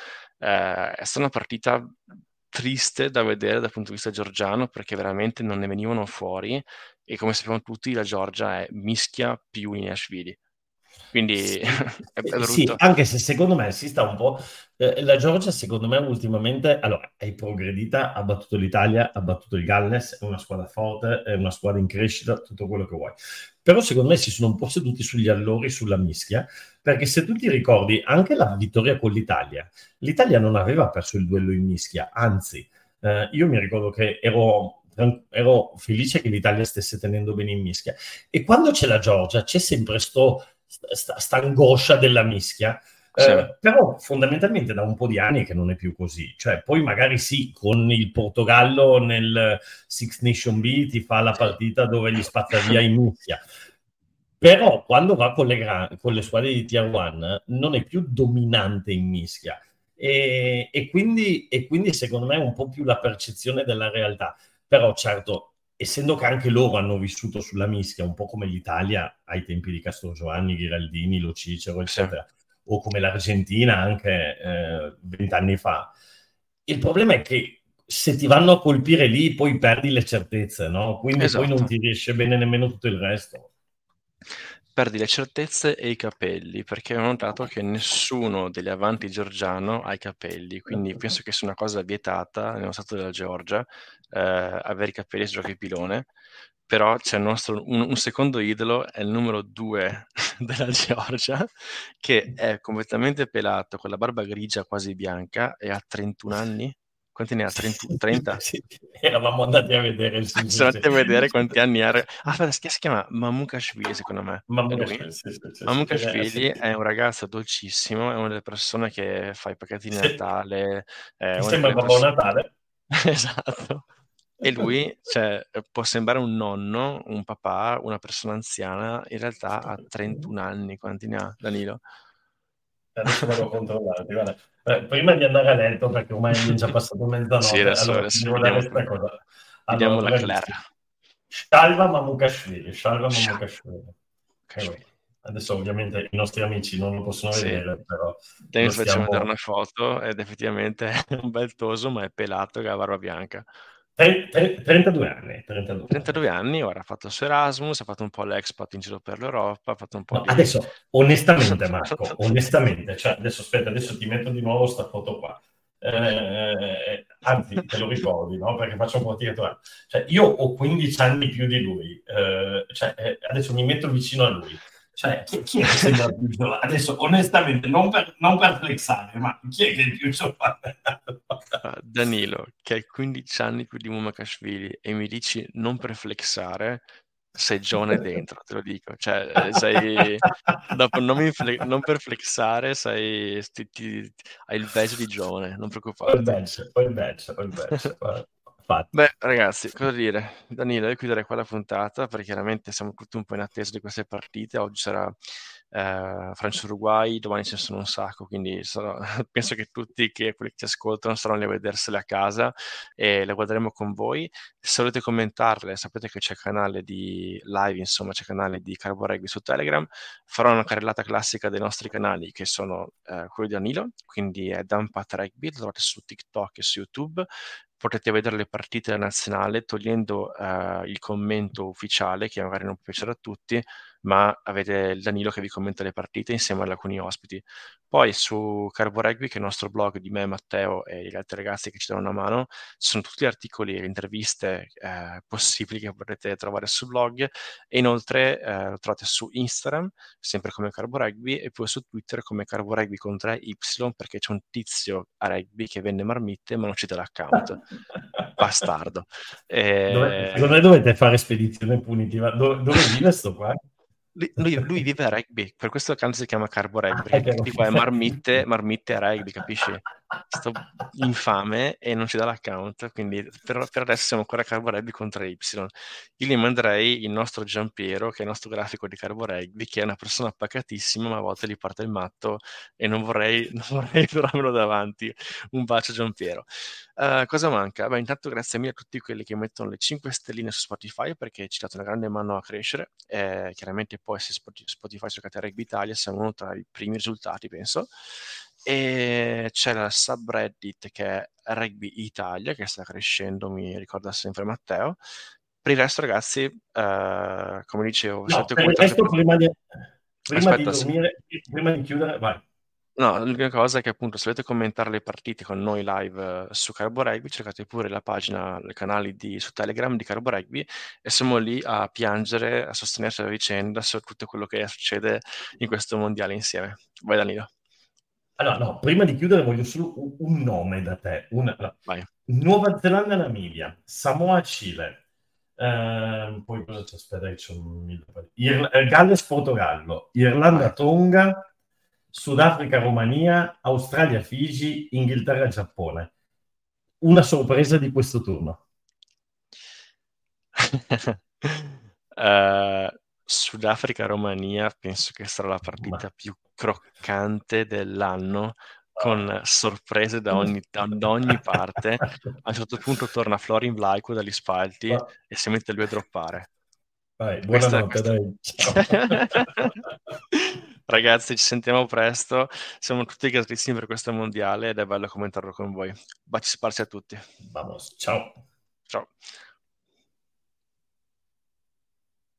è stata una partita triste da vedere dal punto di vista georgiano perché veramente non ne venivano fuori e come sappiamo tutti la Georgia è mischia più Niniashvili. Quindi Sì, è, è eh, sì, brutto. anche se secondo me si sta un po'. Eh, la Georgia, secondo me, ultimamente allora, è progredita, ha battuto l'Italia, ha battuto il Galles, è una squadra forte, è una squadra in crescita, tutto quello che vuoi. Però secondo me si sono un po' seduti sugli allori, sulla mischia, perché se tu ti ricordi anche la vittoria con l'Italia, l'Italia non aveva perso il duello in mischia, anzi, eh, io mi ricordo che ero, ero felice che l'Italia stesse tenendo bene in mischia. E quando c'è la Georgia, c'è sempre sto sta, sta angoscia della mischia. Sì, Eh, però fondamentalmente da un po' di anni che non è più così, cioè poi magari sì, con il Portogallo nel Six Nation B ti fa la partita dove gli spazza via in mischia, però quando va con le, gra- con le squadre di Tier uno non è più dominante in mischia e, e quindi, e quindi secondo me è un po' più la percezione della realtà, però certo essendo che anche loro hanno vissuto sulla mischia, un po' come l'Italia ai tempi di Castro Giovanni, Ghiraldini, Lo Cicero, sì. eccetera, o come l'Argentina anche eh, vent'anni fa. Il problema è che se ti vanno a colpire lì, poi perdi le certezze, no? Quindi poi non Esatto. ti riesce bene nemmeno tutto il resto. Perdi le certezze e i capelli, perché ho notato che nessuno degli avanti georgiano ha i capelli, quindi penso che sia una cosa vietata nello stato della Georgia, eh, avere i capelli se giochi pilone, però c'è il nostro, un, un secondo idolo, è il numero due della Georgia, che è completamente pelato, con la barba grigia quasi bianca, e ha trentuno anni. Quanti ne ha? trenta? trenta? Sì, eravamo andati a vedere, sì, sì, Sono sì. andati a vedere quanti anni ha. Ah, aspetta, si si chiama Mamukashvili, secondo me. È Mamma lui? mia, sì, sì, sì, sì. Eh, sì. Mamukashvili è un ragazzo dolcissimo, è una delle persone che fa i pacchetti di Sì. Natale, è Ti una di sembra quelle Babbo persone. Natale? Esatto. E lui, cioè, può sembrare un nonno, un papà, una persona anziana, in realtà ha trentuno anni. Quanti ne ha, Danilo? Adesso vado a controllarti, guarda. Eh, prima di andare a letto, perché ormai è già passato Sì, mezzanotte, adesso, allora ti adesso devo vediamo, dare questa cosa. Allora, vediamo la Claire. bravissimo. Shalva Mamukashvili, Shalva Sha- Mamukashvili. E vabbè. Kashvili. Adesso ovviamente i nostri amici non lo possono Sì, vedere, però lo Dennis faceva vedere stiamo. una foto ed effettivamente è un bel toso, ma è pelato che ha la barba bianca. tre- tre- trentadue anni, trentadue anni. trentadue anni, ora ha fatto il suo Erasmus, ha fatto un po' l'expat in giro per l'Europa, ha fatto un po' No, di. adesso, onestamente, Marco, onestamente, cioè, adesso aspetta, adesso ti metto di nuovo sta foto qua. Eh, anzi, te lo ricordi, no? Perché faccio un po' tiratura. Cioè, io ho quindici anni più di lui, eh, cioè, eh, adesso mi metto vicino a lui. Cioè, chi, chi è che sembra più giovane? Adesso, onestamente, non per, non per flexare, ma chi è che è più giovane? Ah, Danilo, che hai quindici anni più di Mumakashvili e mi dici non per flexare, sei giovane dentro, te lo dico. Cioè, sei... Dopo, non, mi fle- non per flexare, sei... ti- ti- hai il badge di giovane, non Ho il preoccuparti. badge, ho il badge, ho il badge. Guarda, fatti. Beh, ragazzi, cosa dire? Danilo, io chiuderei qua la puntata perché chiaramente siamo tutti un po' in attesa di queste partite. Oggi sarà eh, Francia-Uruguay, domani ce ne sono un sacco, quindi sarò- penso che tutti che, quelli che ci ascoltano saranno lì a vedersele a casa e le guarderemo con voi. Se volete commentarle, sapete che c'è il canale di live, insomma, c'è il canale di Carbo Rugby su Telegram. Farò una carrellata classica dei nostri canali che sono eh, quello di Danilo, quindi è Dampat Rugby, lo trovate su TikTok e su YouTube. Potete vedere le partite della nazionale togliendo eh, il commento ufficiale, che magari non può piacere a tutti, ma avete il Danilo che vi commenta le partite insieme ad alcuni ospiti. Poi su Carbo Rugby, che è il nostro blog di me, Matteo e gli altri ragazzi che ci danno una mano, ci sono tutti gli articoli e le interviste eh, possibili che potete trovare sul blog e inoltre eh, lo trovate su Instagram, sempre come Carbo Rugby, e poi su Twitter come Carbo Rugby con tre Y, perché c'è un tizio a rugby che vende marmitte ma non ci dà l'account. Bastardo. Dove- Eh, secondo me dovete fare spedizione punitiva. Dove, dove vive sto qua? Lui, lui- lui vive a rugby, per questo il canale si chiama Carbo Rugby, Ah, perché è il vero. tipo è marmitte, marmitte a rugby, capisci? Sto infame e non ci dà l'account, quindi per, per adesso siamo ancora a Carbo Rugby con tre Y. Io gli manderei il nostro Giampiero, che è il nostro grafico di Carbo Rugby, che è una persona pacatissima, ma a volte gli parte il matto e non vorrei, non vorrei però averlo davanti. Un bacio Giampiero. Eh, cosa manca? Beh, intanto grazie mille a tutti quelli che mettono le cinque stelline su Spotify perché ci date una grande mano a crescere. Eh, chiaramente poi se Spot- Spotify cercate Rugby Italia siamo uno tra i primi risultati, penso. E c'è la subreddit che è Rugby Italia che sta crescendo, mi ricorda sempre Matteo. Per il resto, ragazzi, eh, come dicevo, se No, avete per il commentato le resto, partite... prima di, prima di Aspetta, sì. dormire, prima di chiudere, vai. No, l'unica cosa è che appunto se volete commentare le partite con noi live eh, su Carbo Rugby, cercate pure la pagina, i canali di, su Telegram di Carbo Rugby e siamo lì a piangere, a sostenerci a vicenda su tutto quello che succede in questo mondiale insieme. Vai Danilo, Allora, no, prima di chiudere voglio solo un, un nome da te. Una- allora, vai. Nuova Zelanda, Namibia, Samoa, Cile. Ehm, poi cosa c'è? Aspetta, che c'ho un mille- Ir- eh, Galles, Portogallo, Irlanda, Vai. Tonga, Sudafrica, Romania, Australia, Figi, Inghilterra, Giappone. Una sorpresa di questo turno. Eh, Sudafrica-Romania penso che sarà la Ma- partita più croccante dell'anno, con sorprese da ogni, da, da ogni parte. A un certo punto torna Florin Vlaicu dagli spalti ma- e si mette lui a droppare. Vai, Questa è buonanotte, questa. dai. Ciao. Ragazzi, ci sentiamo presto. Siamo tutti gasatissimi per questo mondiale ed è bello commentarlo con voi. Baci sparsi a tutti. Vamos, ciao. Ciao.